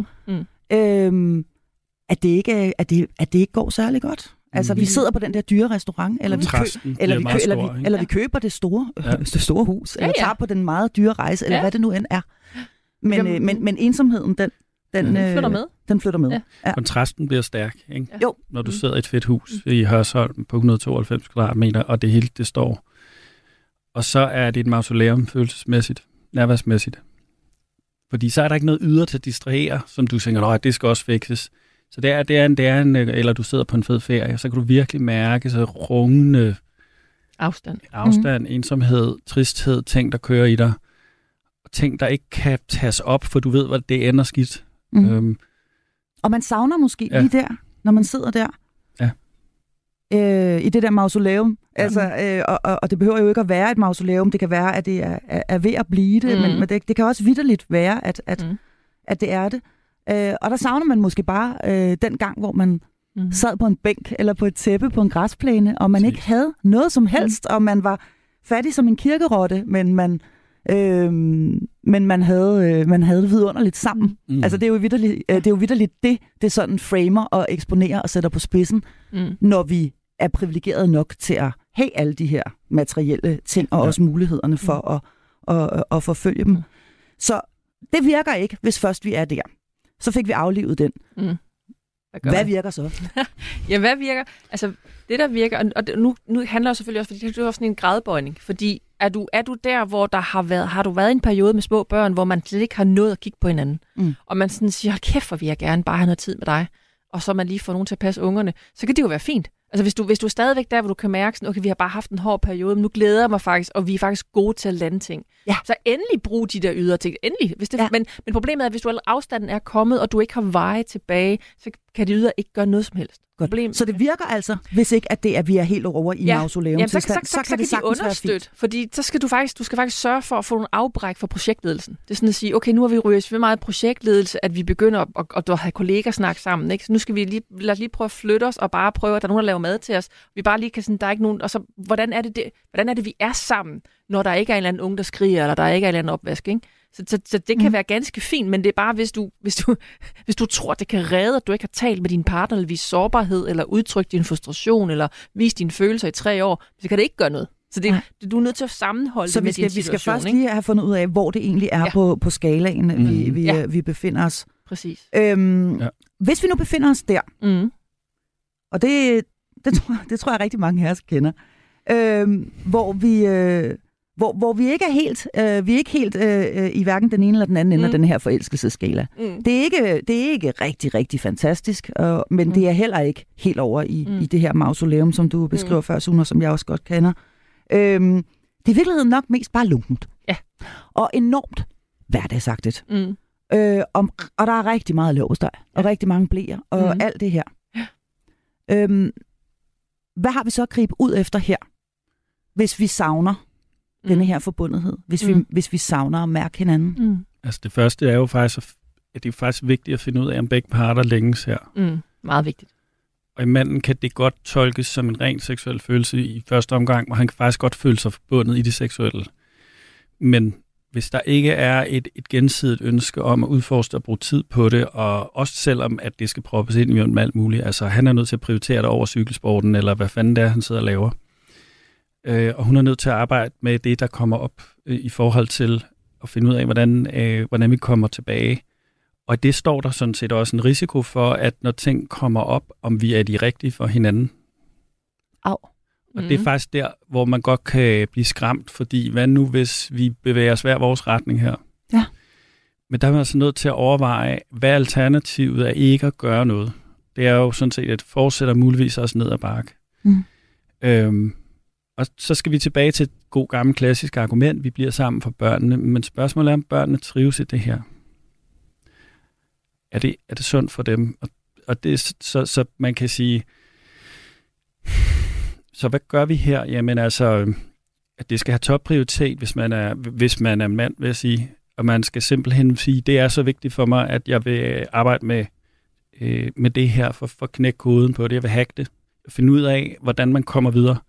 at det ikke går særlig godt. Altså, vi sidder på den der dyre restaurant, eller vi køber det store hus, eller tager på den meget dyre rejse, eller hvad det nu end er. Men ensomheden, den flytter med. Ja. Kontrasten bliver stærk, ikke? Ja. Når du sidder i et fedt hus i Hørsholm på 192 kvadratmeter, og det hele det står. Og så er det et mausoleum følelsesmæssigt, nærværsmæssigt. Fordi så er der ikke noget ydre til at distrahere, som du tænker, at det skal også fikses. Så det er en, eller du sidder på en fed ferie, så kan du virkelig mærke så rungende afstand, ensomhed, tristhed, ting, der kører i dig. Ting, der ikke kan tages op, for du ved, hvad det ender skidt. Og man savner måske lige der, når man sidder der. Ja. I det der mausoleum. Altså, og det behøver jo ikke at være et mausoleum. Det kan være, at det er ved at blive det, men det kan også vitterligt være, at det er det. Og der savner man måske bare den gang, hvor man sad på en bænk eller på et tæppe på en græsplæne, og man ikke havde noget som helst, og man var fattig som en kirkerotte, men man havde det vidunderligt sammen. Altså det er jo vitterligt det sådan framer og eksponerer og sætter på spidsen, når vi er privilegeret nok til at have alle de her materielle ting og også mulighederne for at forfølge dem. Så det virker ikke, hvis først vi er der. Så fik vi aflivet den. Hvad virker så? Ja, hvad virker? Altså, det der virker, og nu handler det selvfølgelig også, fordi det er også sådan en gradbøjning, fordi er du der, hvor har du været i en periode med små børn, hvor man slet ikke har nået at kigge på hinanden, og man sådan siger, kæft, hvor vil jeg gerne bare have noget tid med dig, og så man lige får nogen til at passe ungerne, så kan det jo være fint. Altså hvis du er stadigvæk der, hvor du kan mærke sådan, okay, vi har bare haft en hård periode, men nu glæder jeg mig faktisk, og vi er faktisk gode til at lande ting. Ja. Så endelig brug de der ydre ting. Endelig. Men problemet er, at hvis afstanden er kommet, og du ikke har veje tilbage, så kan de ydre ikke gøre noget som helst. Problem. Så det virker altså, hvis ikke at det er, at vi er helt over i mausoleumstilstand, så kan det sagtens understøtte. Fordi så skal du skal faktisk sørge for at få nogle afbræk for projektledelsen. Det er sådan at sige, okay, nu har vi ryget så meget projektledelse, at vi begynder at have kolleger snakke sammen. Ikke? Så nu skal vi lige prøve at flytte os og bare prøve, at der er nogen, der laver mad til os. Vi bare lige kan sådan, der er ikke nogen. Og så hvordan er det, vi er sammen, når der ikke er en eller anden unge, der skriger, eller der ikke er en eller anden opvask, ikke? Så det kan være ganske fint, men det er bare, hvis du tror, det kan redde, at du ikke har talt med din partner, eller vise sårbarhed, eller udtrykke din frustration, eller vise dine følelser i 3 år, så kan det ikke gøre noget. Så du er nødt til at sammenholde det med din situation. Så vi skal først lige have fundet ud af, hvor det egentlig er på skalaen, vi befinder os. Præcis. Hvis vi nu befinder os der, og det tror jeg rigtig mange af os kender, hvor vi ikke er helt, i hverken den ene eller den anden ende af den her forelskelsesskala. Det er ikke rigtig, rigtig fantastisk, men det er heller ikke helt over i det her mausoleum, som du beskriver før, Sune, som jeg også godt kender. Det er i virkeligheden nok mest bare lunkent. Ja. Og enormt hverdagsagtigt. Og der er rigtig meget leverpostej, og rigtig mange bleer, og alt det her. Hvad har vi så at gribe ud efter her, hvis vi savner denne her forbundethed, hvis vi savner at mærke hinanden? Altså det første er jo faktisk, at det er faktisk vigtigt at finde ud af, om begge parter længes her. Meget vigtigt. Og i manden kan det godt tolkes som en ren seksuel følelse i første omgang, hvor han kan faktisk godt føle sig forbundet i det seksuelle. Men hvis der ikke er et gensidigt ønske om at udforske og bruge tid på det, og også selvom at det skal proppes ind i alt muligt, altså han er nødt til at prioritere det over cykelsporten, eller hvad fanden det er, han sidder og laver. Og hun er nødt til at arbejde med det, der kommer op i forhold til at finde ud af, hvordan vi kommer tilbage. Og det står der sådan set også en risiko for, at når ting kommer op, om vi er de rigtige for hinanden. Og det er faktisk der, hvor man godt kan blive skræmt, fordi hvad nu, hvis vi bevæger os hver vores retning her? Ja. Men der er man altså nødt til at overveje, hvad alternativet er ikke at gøre noget. Det er jo sådan set, at fortsætter muligvis også ned ad bakke. Og så skal vi tilbage til et god gammel klassisk argument. Vi bliver sammen for børnene, men spørgsmålet er, om børnene trives i det her. Er det sundt for dem? Og det så man kan sige, så hvad gør vi her? Jamen altså, at det skal have topprioritet, hvis man er mand, vil jeg sige. Og man skal simpelthen sige, det er så vigtigt for mig, at jeg vil arbejde med det her, for at knække koden på det. Jeg vil hacke det. Finde ud af, hvordan man kommer videre.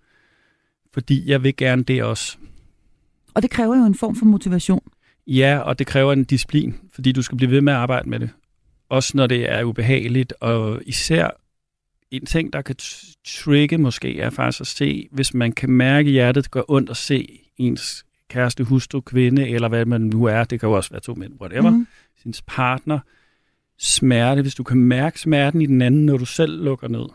Fordi jeg vil gerne det også. Og det kræver jo en form for motivation. Ja, og det kræver en disciplin, fordi du skal blive ved med at arbejde med det. Også når det er ubehageligt, og især en ting, der kan trigge måske, er faktisk at se, hvis man kan mærke hjertet går ondt at se ens kæreste, hustru, kvinde, eller hvad man nu er, det kan jo også være 2 mænd, whatever, sin partner, smerte, hvis du kan mærke smerten i den anden, når du selv lukker ned.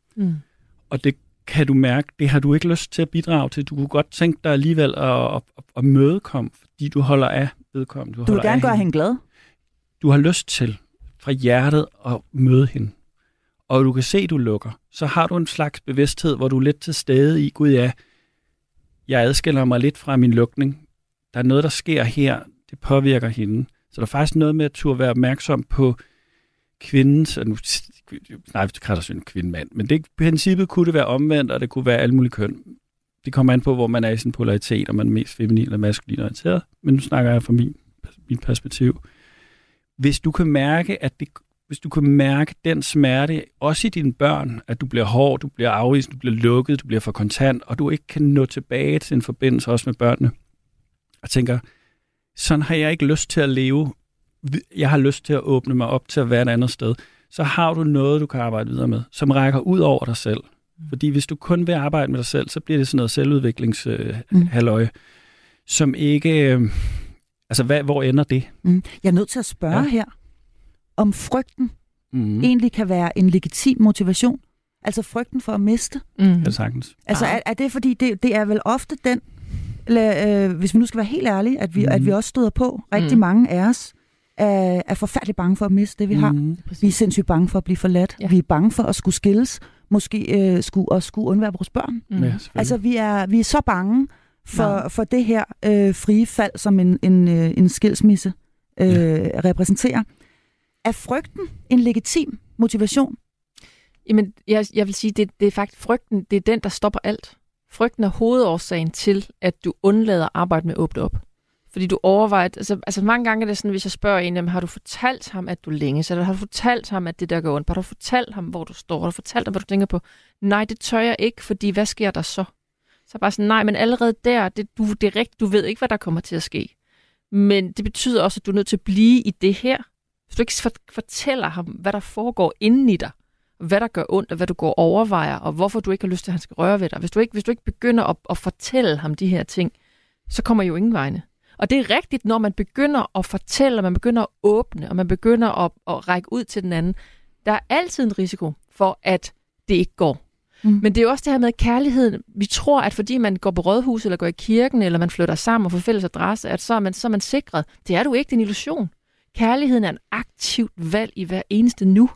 Og det kan du mærke, det har du ikke lyst til at bidrage til. Du kunne godt tænke dig alligevel at mødekomme, fordi du holder af vedkommende. Du vil gerne gøre hende glad? Du har lyst til fra hjertet at møde hende. Og du kan se, at du lukker. Så har du en slags bevidsthed, hvor du er lidt til stede i, gud ja, jeg adskiller mig lidt fra min lukning. Der er noget, der sker her. Det påvirker hende. Så der er faktisk noget med at turde være opmærksom på kvindens, og nu nej, det kan der sådan en kvinde-mand, men det, i princippet kunne det være omvendt, og det kunne være alle mulige køn. Det kommer an på, hvor man er i sin polaritet, og man er mest feminin eller maskulin orienteret, men nu snakker jeg fra min perspektiv. Hvis du kan mærke, hvis du kan mærke den smerte, også i dine børn, at du bliver hård, du bliver afvist, du bliver lukket, du bliver for kontant, og du ikke kan nå tilbage til en forbindelse også med børnene, og tænker, sådan har jeg ikke lyst til at leve. Jeg har lyst til at åbne mig op til at være et andet sted. Så har du noget, du kan arbejde videre med, som rækker ud over dig selv. Fordi hvis du kun vil arbejde med dig selv, så bliver det sådan noget selvudviklingshalløje, som ikke... hvor ender det? Jeg er nødt til at spørge her, om frygten egentlig kan være en legitim motivation. Altså frygten for at miste. Det sagtens. Altså er det, fordi det er vel ofte den, hvis vi nu skal være helt ærlige, at vi også støder på, rigtig mange af os, er forfærdeligt bange for at miste det, vi har. Vi er sindssygt bange for at blive forladt. Ja. Vi er bange for at skulle skilles. Måske skulle undvære vores børn. Ja, altså, vi er så bange for det her frie fald, som en skilsmisse repræsenterer. Er frygten en legitim motivation Jamen, jeg vil sige, det er faktisk frygten, det er den, der stopper alt. Frygten er hovedårsagen til, at du undlader at arbejde med at åbne op. Fordi du overvejer, altså mange gange er det sådan, hvis jeg spørger en, jamen, har du fortalt ham, at du længes, eller har du fortalt ham, at det der går ondt? Har du fortalt ham, hvor du står? Har du fortalt ham, hvad du tænker på? Nej, det tør jeg ikke, fordi hvad sker der så? Så bare sådan, nej, men allerede der, det er rigtigt, du ved ikke, hvad der kommer til at ske. Men det betyder også, at du er nødt til at blive i det her. Hvis du ikke fortæller ham, hvad der foregår inden i dig, hvad der gør ondt, og hvad du går og overvejer, og hvorfor du ikke har lyst til, at han skal røre ved dig. Hvis du ikke begynder at fortælle ham de her ting, så kommer I jo ingen vegne. Og det er rigtigt, når man begynder at fortælle, og man begynder at åbne, og man begynder at række ud til den anden. Der er altid en risiko for, at det ikke går. Men det er jo også det her med kærligheden. Vi tror, at fordi man går på rådhus, eller går i kirken, eller man flytter sammen og får fælles adresse, at så er man sikret. Det er du ikke, det er en illusion. Kærligheden er en aktivt valg i hver eneste nu.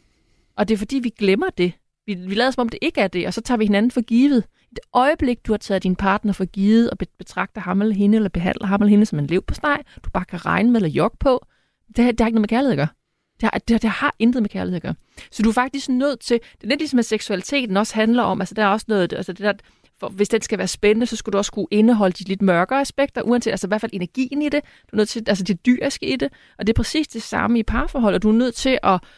Og det er fordi, vi glemmer det. Vi lader som om det ikke er det, og så tager vi hinanden for givet. I det øjeblik, du har taget din partner for givet, og betragter ham eller hende, eller behandler ham eller hende som en leverpostej, du bare kan regne med eller jogge på, det har ikke noget med kærlighed at gøre. Det har intet med kærlighed at gøre. Så du er faktisk nødt til, det er lidt ligesom, at seksualiteten også handler om, altså der er også noget, altså det der, for hvis den skal være spændende, så skulle du også kunne indeholde de lidt mørkere aspekter, uanset, altså i hvert fald energien i det, du er nødt til, altså det dyriske i det, og det er præcis det samme i parforhold, og du er nødt til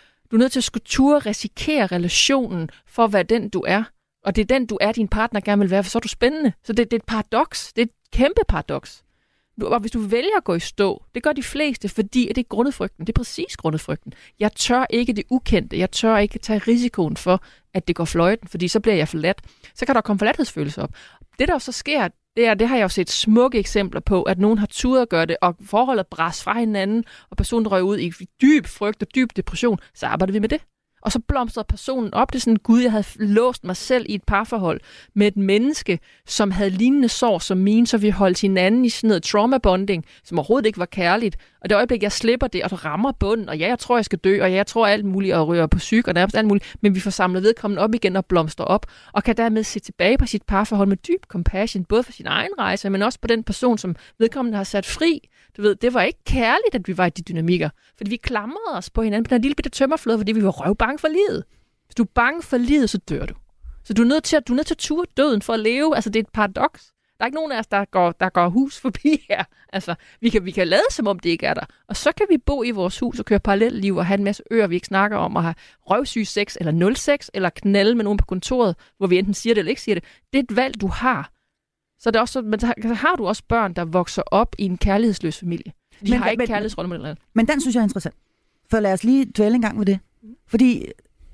at skulle turde risikere relationen for at være den, du er. Og det er den, du er, din partner gerne vil være, for så er du spændende. Så det er et paradoks. Det er et kæmpe paradoks. Og hvis du vælger at gå i stå, det gør de fleste, fordi det er grundet frygten. Det er præcis grundet frygten. Jeg tør ikke det ukendte. Jeg tør ikke tage risikoen for, at det går fløjten, fordi så bliver jeg forladt. Så kan der komme forladthedsfølelse op. Det, der så sker, det har jeg jo set smukke eksempler på, at nogen har turet at gøre det, og forholdet bræs fra hinanden, og personen røg ud i dyb frygt og dyb depression. Så arbejder vi med det. Og så blomstrede personen op. Det er sådan, Gud, jeg havde låst mig selv i et parforhold med et menneske, som havde lignende sår som mine, så vi holdt hinanden i sådan noget trauma-bonding, som overhovedet ikke var kærligt. Og det øjeblik, jeg slipper det, og det rammer bunden, og ja, jeg tror, jeg skal dø, og jeg tror alt muligt, og ryger på psyk, og nærmest alt muligt, men vi får samlet vedkommende op igen og blomstrer op, og kan dermed se tilbage på sit parforhold med dyb compassion, både for sin egen rejse, men også på den person, som vedkommende har sat fri. Du ved, det var ikke kærligt, at vi var i de dynamikker, fordi vi klamrede os på hinanden på den lille bitte tømmerflåde, fordi vi var røvbange for livet. Hvis du er bange for livet, så dør du. Så du er nødt til at ture døden for at leve. Altså, det er et paradoks. Der er ikke nogen af os, der går hus forbi her. Altså, vi kan lade som om det ikke er der. Og så kan vi bo i vores hus og køre parallelliv og have en masse øer, vi ikke snakker om, og have røvsyg sex eller nul sex, eller knalde med nogen på kontoret, hvor vi enten siger det eller ikke siger det. Det er et valg, du har. Så det er også, men så har du også børn, der vokser op i en kærlighedsløs familie. De har ikke kærlighedsrollemodeller. Men den synes jeg er interessant. For lad os lige dvæle en gang med det. Fordi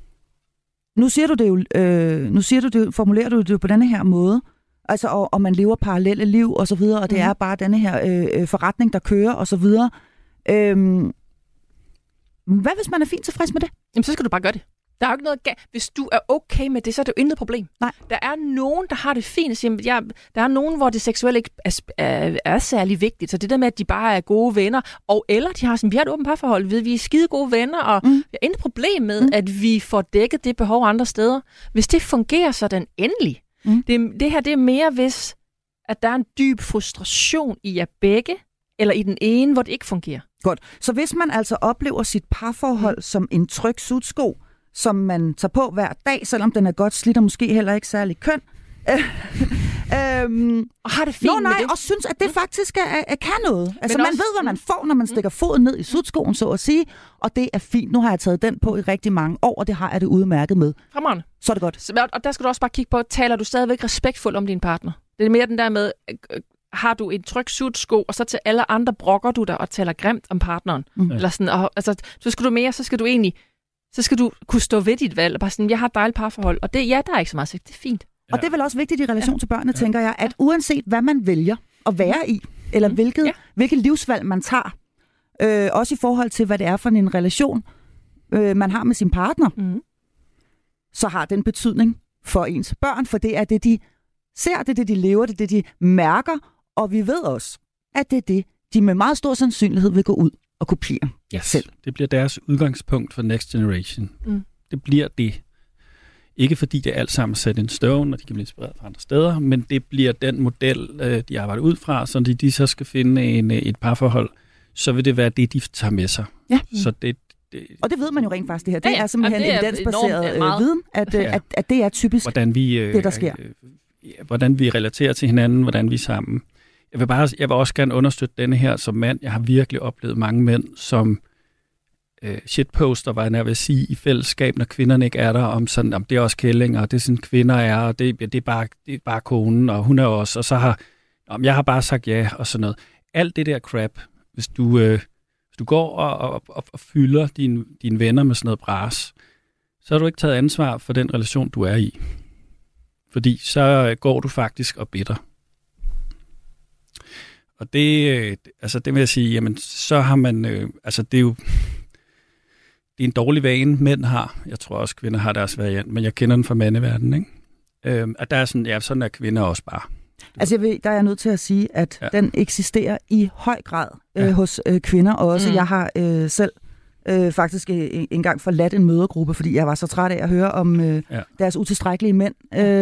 nu siger du det jo, formulerer du det jo på denne her måde, altså og man lever parallelle liv og så videre, og det er bare denne her forretning, der kører og så videre. Hvad hvis man er fint tilfreds med det? Jamen, så skal du bare gøre det. Der er jo ikke noget galt. Hvis du er okay med det, så er det jo intet problem. Nej. Der er nogen, der har det fint. Der er nogen, hvor det seksuelle ikke er særlig vigtigt. Så det der med, at de bare er gode venner, og eller de har sådan, vi har et åbent parforhold, vi er skide gode venner, og vi har intet problem med, at vi får dækket det behov andre steder. Hvis det fungerer, så er den endelig. Det her, det er mere, hvis at der er en dyb frustration i jer begge, eller i den ene, hvor det ikke fungerer. Godt. Så hvis man altså oplever sit parforhold som en tryg sudsko, som man tager på hver dag, selvom den er godt slidt og måske heller ikke særlig køn. Og har det fint med det. Og synes, at det faktisk kan noget. Altså, man ved, hvad man får, når man stikker foden ned i sudskoen, så at sige, og det er fint. Nu har jeg taget den på i rigtig mange år, og det har jeg det udmærket med. Fremragende. Så er det godt. Og der skal du også bare kigge på, taler du stadigvæk respektfuldt om din partner? Det er mere den der med, har du en tryg sudsko, og så til alle andre brokker du dig og taler grimt om partneren. Eller sådan, og, altså, så skal du kunne stå ved dit valg, og bare sådan, jeg har et dejligt parforhold, og det, der er ikke så meget sex, det er fint. Ja. Og det er vel også vigtigt i relation til børnene, tænker jeg, at uanset hvad man vælger at være i, eller hvilket livsvalg man tager, også i forhold til, hvad det er for en relation, man har med sin partner, så har den betydning for ens børn, for det er det, de ser, det er det, de lever, det er det, de mærker, og vi ved også, at det er det, de med meget stor sandsynlighed vil gå ud og kopiere selv. Det bliver deres udgangspunkt for Next Generation. Det bliver det. Ikke fordi det er alt sammen sat en stone, og de kan blive inspireret fra andre steder, men det bliver den model, de arbejder ud fra, så de så skal finde et parforhold, så vil det være det, de tager med sig. Ja. Så Og det ved man jo rent faktisk, det her. Det er simpelthen det er evidensbaseret viden, at det er typisk det, der sker. Hvordan vi relaterer til hinanden, hvordan vi er sammen. Jeg vil også gerne understøtte denne her som mand. Jeg har virkelig oplevet mange mænd, som shitposter, var jeg nær ved at sige, i fællesskab, når kvinderne ikke er der, om sådan, om det er også kællinger, og det er sådan, kvinder er, og det er bare konen, og hun er også, og så har, jeg har bare sagt ja, og sådan noget. Alt det der crap, hvis du går og fylder dine venner med sådan noget bras, så har du ikke taget ansvar for den relation, du er i. Fordi så går du faktisk og bitter. Og det vil jeg sige, jamen, så har man, det er jo, det er en dårlig vane, mænd har. Jeg tror også, kvinder har deres variant, men jeg kender den fra mandeverdenen, ikke? At der er sådan, sådan er kvinder også bare. Der er jeg nødt til at sige, at den eksisterer i høj grad hos kvinder også. Jeg har selv faktisk engang forladt en mødergruppe, fordi jeg var så træt af at høre om deres utilstrækkelige mænd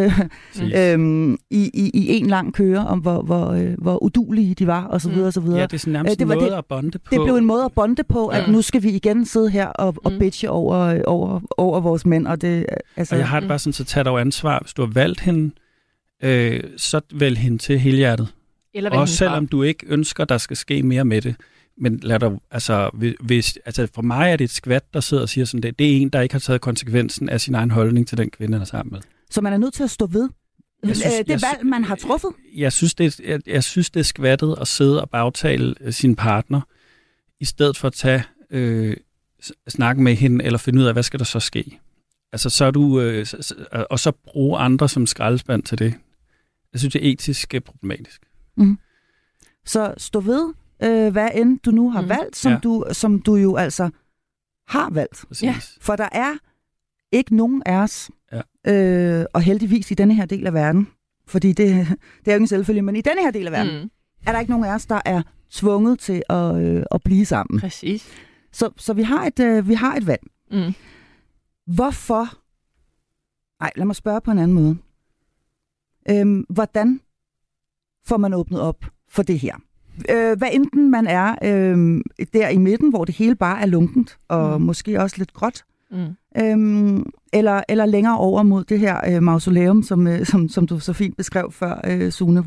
i en lang køre, om hvor udulige de var, og så videre, og så videre. Ja, det er sådan nærmest en måde at bonde på. Det blev en måde at bonde på, at nu skal vi igen sidde her og bitche over vores mænd. Og jeg har det bare sådan, så tag dog ansvar. Hvis du har valgt hende, så vælg hende til helhjertet. Også selvom du ikke ønsker, der skal ske mere med det. Men lad dig, for mig er det et skvat, der sidder og siger sådan, det er en, der ikke har taget konsekvensen af sin egen holdning til den kvinde, han er sammen med. Så man er nødt til at stå ved det valg, man har truffet? Jeg synes, det er skvattet at sidde og bagtale sin partner, i stedet for at tage snakke med hende, eller finde ud af, hvad skal der så ske. Altså, så er du, og så bruge andre som skraldespand til det. Jeg synes, det er etisk problematisk. Mm. Så stå ved, hvad end du nu har valgt, som du jo altså har valgt. Ja. For der er ikke nogen af os, og heldigvis i denne her del af verden, fordi det er jo ikke en selvfølge, men i denne her del af verden, er der ikke nogen af os, der er tvunget til at blive sammen. Præcis. Så vi har et valg. Mm. Hvorfor? Nej, lad mig spørge på en anden måde. Hvordan får man åbnet op for det her? Hvad enten man er der i midten, hvor det hele bare er lunkent, og måske også lidt gråt, eller længere over mod det her mausoleum, som du så fint beskrev før, Sune,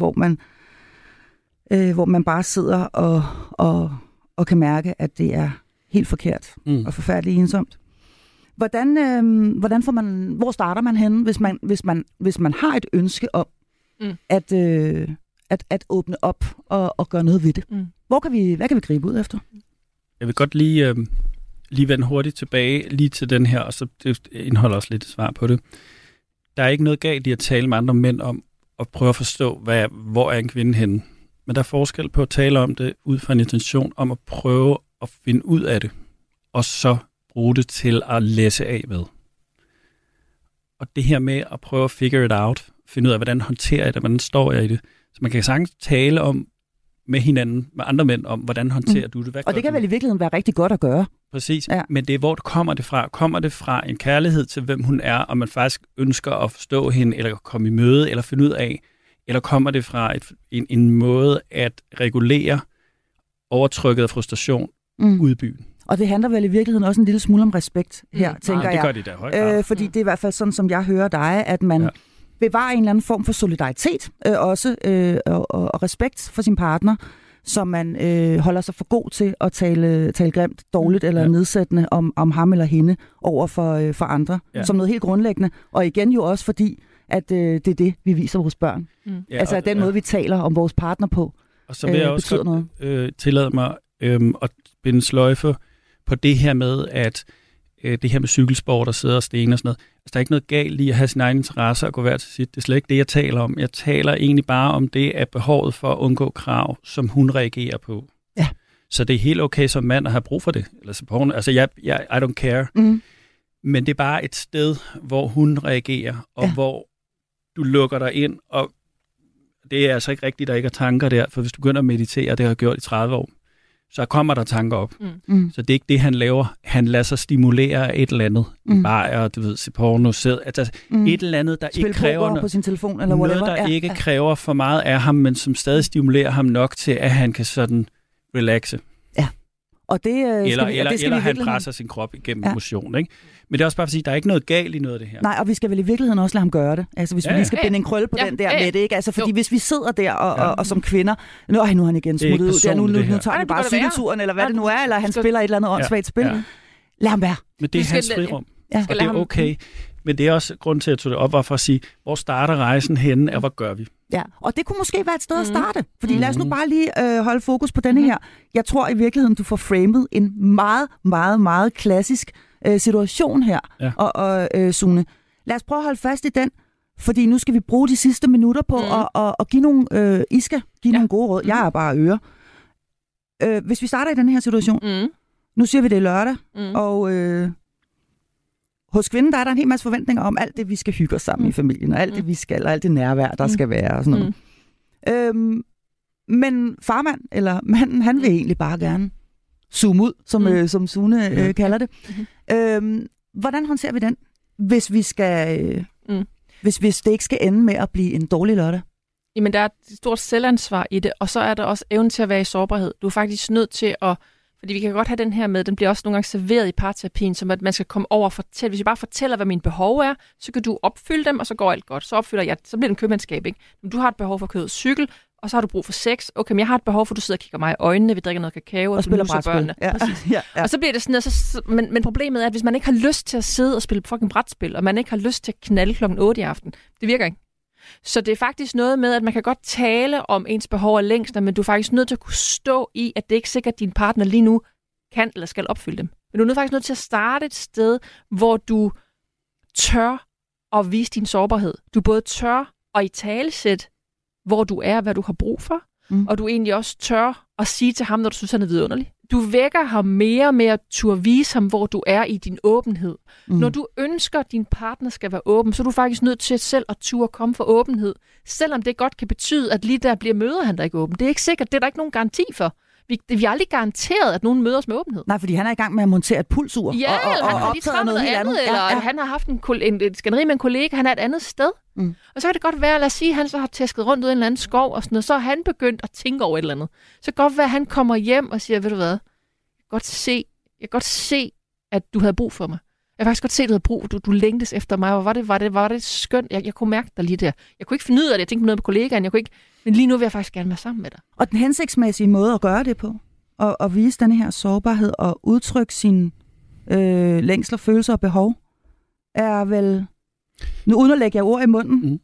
hvor man bare sidder og kan mærke, at det er helt forkert og forfærdeligt ensomt. Hvordan får man, hvor starter man henne, hvis man har et ønske om at åbne op og gøre noget ved det? Hvad kan vi gribe ud efter? Jeg vil godt lige vende hurtigt tilbage lige til den her, og så det indeholder også lidt svar på det. Der er ikke noget galt i at tale med andre mænd om at prøve at forstå, hvor er en kvinde henne. Men der er forskel på at tale om det ud fra en intention om at prøve at finde ud af det, og så bruge det til at læse af med. Og det her med at prøve at figure it out, finde ud af, hvordan håndterer jeg det, hvordan står jeg i det. Så man kan sagtens tale om med hinanden, med andre mænd, om hvordan håndterer du det. Og det kan vel i virkeligheden være rigtig godt at gøre. Præcis, men det er, hvor kommer det fra? Kommer det fra en kærlighed til, hvem hun er, og man faktisk ønsker at forstå hende, eller komme i møde, eller finde ud af, eller kommer det fra en måde at regulere overtrykket af frustration ude i byen? Og det handler vel i virkeligheden også en lille smule om respekt her, tænker jeg. Det gør de da højt. Fordi det er i hvert fald sådan, som jeg hører dig, at man bevarer en eller anden form for solidaritet også, og respekt for sin partner, så man holder sig for god til at tale grimt, dårligt eller nedsættende om ham eller hende over for andre, som noget helt grundlæggende. Og igen jo også fordi, at det er det, vi viser vores børn. Altså at den måde, vi taler om vores partner på, og så vil jeg også tillade mig at binde sløjfe på det her med, at det her med cykelsport og sidde og stene og sådan noget. Altså, der er ikke noget galt i at have sin egen interesse og gå hver til sit. Det er slet ikke det, jeg taler om. Jeg taler egentlig bare om det, at behovet for at undgå krav, som hun reagerer på. Ja. Så det er helt okay som mand at have brug for det. Altså, I don't care. Men det er bare et sted, hvor hun reagerer, og hvor du lukker dig ind, og det er altså ikke rigtigt, der ikke er tanker der, for hvis du begynder at meditere, det har jeg gjort i 30 år, så kommer der tanker op. Så det er ikke det, han laver. Han lader sig stimulere af et eller andet. Bare, du ved, se porno, altså et eller andet, der ikke kræver noget. På sin telefon, eller noget, der ikke kræver for meget af ham, men som stadig stimulerer ham nok til, at han kan sådan relaxe. Ja. Og det, eller han presser sin krop igennem motion, ikke? Men det er også bare for at sige, at der er ikke noget galt i noget af det her. Nej, og vi skal vel i virkeligheden også lade ham gøre det. Altså hvis vi lige skal binde en krølle på den der med det, ikke? Altså fordi hvis vi sidder der og som kvinder, nu er han igen smuttet ud, nu tager han bare cykelturen, eller hvad det nu er, eller han spiller et eller andet åndssvagt spil. Lad ham være. Men det er hans frirum, og det er okay. Men det er også grund til at tage det op, var for at sige, hvor starter rejsen henne, og hvad gør vi? Ja, og det kunne måske være et sted at starte. Fordi lad os nu bare lige holde fokus på denne her. Jeg tror i virkeligheden, du får framet en meget, meget, meget klassisk situation her, Sune. Lad os prøve at holde fast i den, fordi nu skal vi bruge de sidste minutter på at give nogle, I skal give nogle gode råd. Jeg er bare øre. Hvis vi starter i den her situation, nu siger vi det lørdag, og hos kvinden der er der en hel masse forventninger om alt det, vi skal hygge os sammen i familien, og alt det, vi skal, og alt det nærvær, der skal være, og sådan noget. Men farmand, eller manden, han vil egentlig bare gerne zoome ud, som Sune kalder det. Hvordan håndterer vi den, hvis vi skal, hvis det ikke skal ende med at blive en dårlig lørdag? Jamen, der er et stort selvansvar i det, og så er der også evnen til at være i sårbarhed. Du er faktisk nødt til at, fordi vi kan godt have den her med, den bliver også nogle gange serveret i parterapien, som at man skal komme over og fortælle. Hvis jeg bare fortæller, hvad mine behov er, så kan du opfylde dem, og så går alt godt. Så opfylder jeg, så bliver det en købmandskab, ikke? Men du har et behov for kød og cykel, og så har du brug for sex. Okay, men jeg har et behov for, at du sidder og kigger mig i øjnene, vi drikker noget kakao, og spiller børnene. Ja. Og så bliver det sådan, men problemet er, at hvis man ikke har lyst til at sidde og spille fucking brætspil, og man ikke har lyst til at knalde klokken 8 i aften, det virker ikke. Så det er faktisk noget med, at man kan godt tale om ens behov og længsler, men du er faktisk nødt til at kunne stå i, at det ikke sikkert, at din partner lige nu kan eller skal opfylde dem. Men du er faktisk nødt til at starte et sted, hvor du tør at vise din sårbarhed. Du både tør at italesætte, hvor du er, hvad du har brug for, og du egentlig også tør at sige til ham, når du synes, han er vidunderlig. Du vækker ham mere og mere, turde vise ham, hvor du er i din åbenhed. Når du ønsker, at din partner skal være åben, så er du faktisk nødt til selv at turde komme for åbenhed. Selvom det godt kan betyde, at lige der bliver møder han der ikke åben. Det er ikke sikkert, det er der ikke nogen garanti for. Vi har aldrig garanteret, at nogen møder os med åbenhed. Nej, fordi han er i gang med at montere et pulsur. Ja, eller han har lige travlt noget andet, eller han har haft et skænderi med en kollega, han er et andet sted. Og så kan det godt være, lad os sige, at han så har tæsket rundt ud i en eller anden skov, og sådan noget, så har han begyndt at tænke over et eller andet. Så kan det godt være, at han kommer hjem og siger, ved du hvad, jeg kan godt se, at du havde brug for mig. Jeg kan faktisk godt se, at du havde brug, du længtes efter mig, og var det skønt. Jeg kunne mærke dig lige der. Jeg kunne ikke finde ud af det, jeg tænkte på noget på kollegaen, men lige nu vil jeg faktisk gerne være sammen med dig. Og den hensigtsmæssige måde at gøre det på, og vise denne her sårbarhed, og udtrykke sine længsler, følelser og behov, er vel, nu uden at lægge jer ord i munden,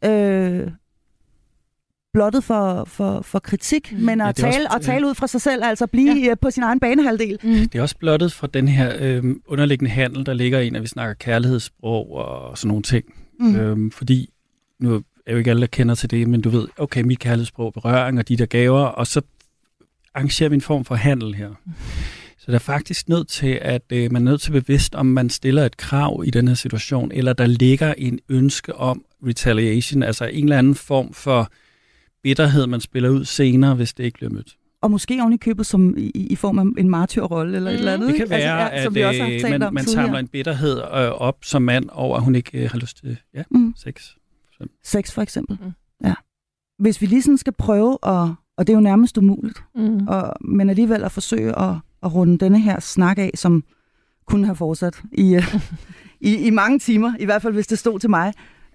blottet for kritik, men at tale ud fra sig selv, altså blive på sin egen banehalvdel. Det er også blottet fra den her underliggende handel, der ligger i, når vi snakker kærlighedssprog og sådan nogle ting. Fordi, nu er jo ikke alle, der kender til det, men du ved, okay, mit kærlighedssprog, berøring og de der gaver, og så arrangerer vi en form for handel her. Så der er faktisk nødt til, at man er nødt til at bevidst, om man stiller et krav i den her situation, eller der ligger en ønske om retaliation, altså en eller anden form for bitterhed, man spiller ud senere, hvis det ikke bliver mødt. Og måske oven i købet som i form af en martyrrolle eller et eller andet. Det kan være, at man samler en bitterhed op som mand over, at hun ikke har lyst til sex. Sex for eksempel. Ja. Hvis vi lige sådan skal prøve, og det er jo nærmest umuligt, men alligevel at forsøge at runde denne her snak af, som kunne have fortsat i mange timer, i hvert fald hvis det stod til mig,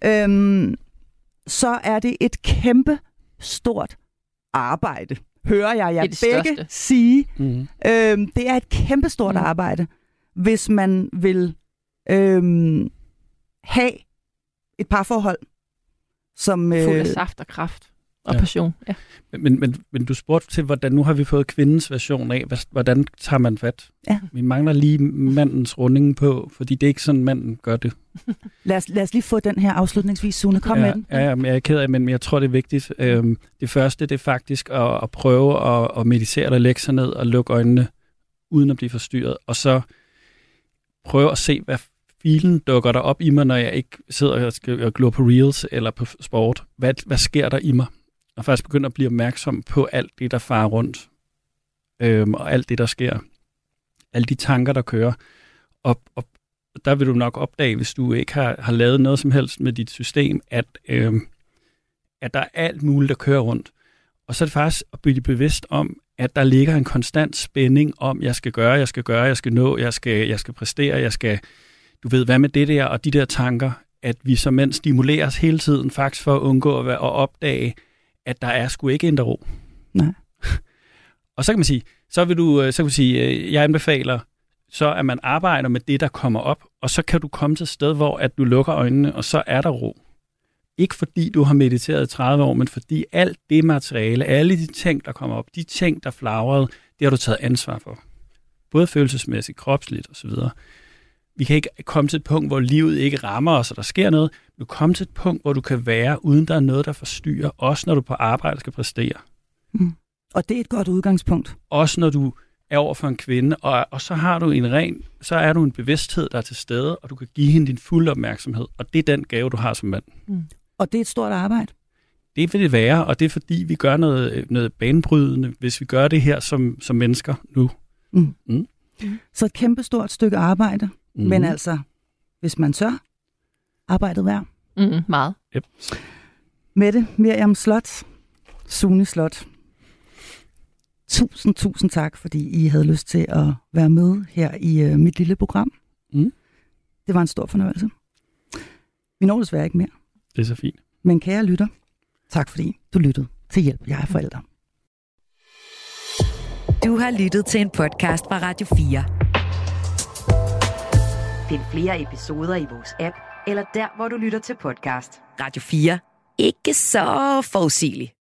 så er det et kæmpe stort arbejde, hører jeg begge største sige. Det er et kæmpestort arbejde, hvis man vil have et parforhold, som fuld af saft og kraft og passion. Ja. Men du spurgte til, hvordan nu har vi fået kvindens version af, hvordan tager man fat? Ja. Vi mangler lige mandens runding på, fordi det er ikke sådan, manden gør det. Lad os lige få den her afslutningsvis, Sune. Kom med den. Ja, jeg er ked af, men jeg tror, det er vigtigt. Det første, det er faktisk at prøve at meditere eller lægge sig ned og lukke øjnene, uden at blive forstyrret. Og så prøve at se, hvad filen dukker der op i mig, når jeg ikke sidder og glor på reels eller på sport. Hvad sker der i mig? Og faktisk begynde at blive opmærksom på alt det, der farer rundt. Og alt det, der sker. Alle de tanker, der kører. Og der vil du nok opdage, hvis du ikke har lavet noget som helst med dit system, at der er alt muligt, der kører rundt. Og så er det faktisk at blive bevidst om, at der ligger en konstant spænding om, jeg skal gøre, jeg skal nå, jeg skal præstere, du ved, hvad med det der, og de der tanker, at vi som mænd stimuleres hele tiden, faktisk for at undgå at opdage, at der er sgu ikke indre ro. Nej. Og så kan man sige, jeg anbefaler, så at man arbejder med det, der kommer op, og så kan du komme til et sted, hvor at du lukker øjnene, og så er der ro. Ikke fordi du har mediteret 30 år, men fordi alt det materiale, alle de ting, der kommer op, de ting, der flagrede, det har du taget ansvar for. Både følelsesmæssigt, kropsligt osv. Vi kan ikke komme til et punkt, hvor livet ikke rammer os, og der sker noget. Du kommer til et punkt, hvor du kan være, uden der er noget, der forstyrrer, også når du på arbejde skal præstere. Mm. Og det er et godt udgangspunkt. Også når du er over for en kvinde, og så har du så er du en bevidsthed, der er til stede, og du kan give hende din fulde opmærksomhed, og det er den gave, du har som mand. Mm. Og det er et stort arbejde. Det vil det være, og det er fordi, vi gør noget banebrydende, hvis vi gør det her som mennesker nu. Mm. Mm. Så et kæmpestort stykke arbejde, men altså, hvis man tør, arbejdet værd. Meget. Yep. Mette Miriam Slot, Sune Slot. Tusind tak, fordi I havde lyst til at være med her i mit lille program. Mm. Det var en stor fornøjelse. Vi når desværre ikke mere. Det er så fint. Men kære lytter, tak fordi du lyttede til Hjælp, jeg er forælder. Du har lyttet til en podcast fra Radio 4. Find flere episoder i vores app, eller der, hvor du lytter til podcast. Radio 4. Ikke så forudsigeligt.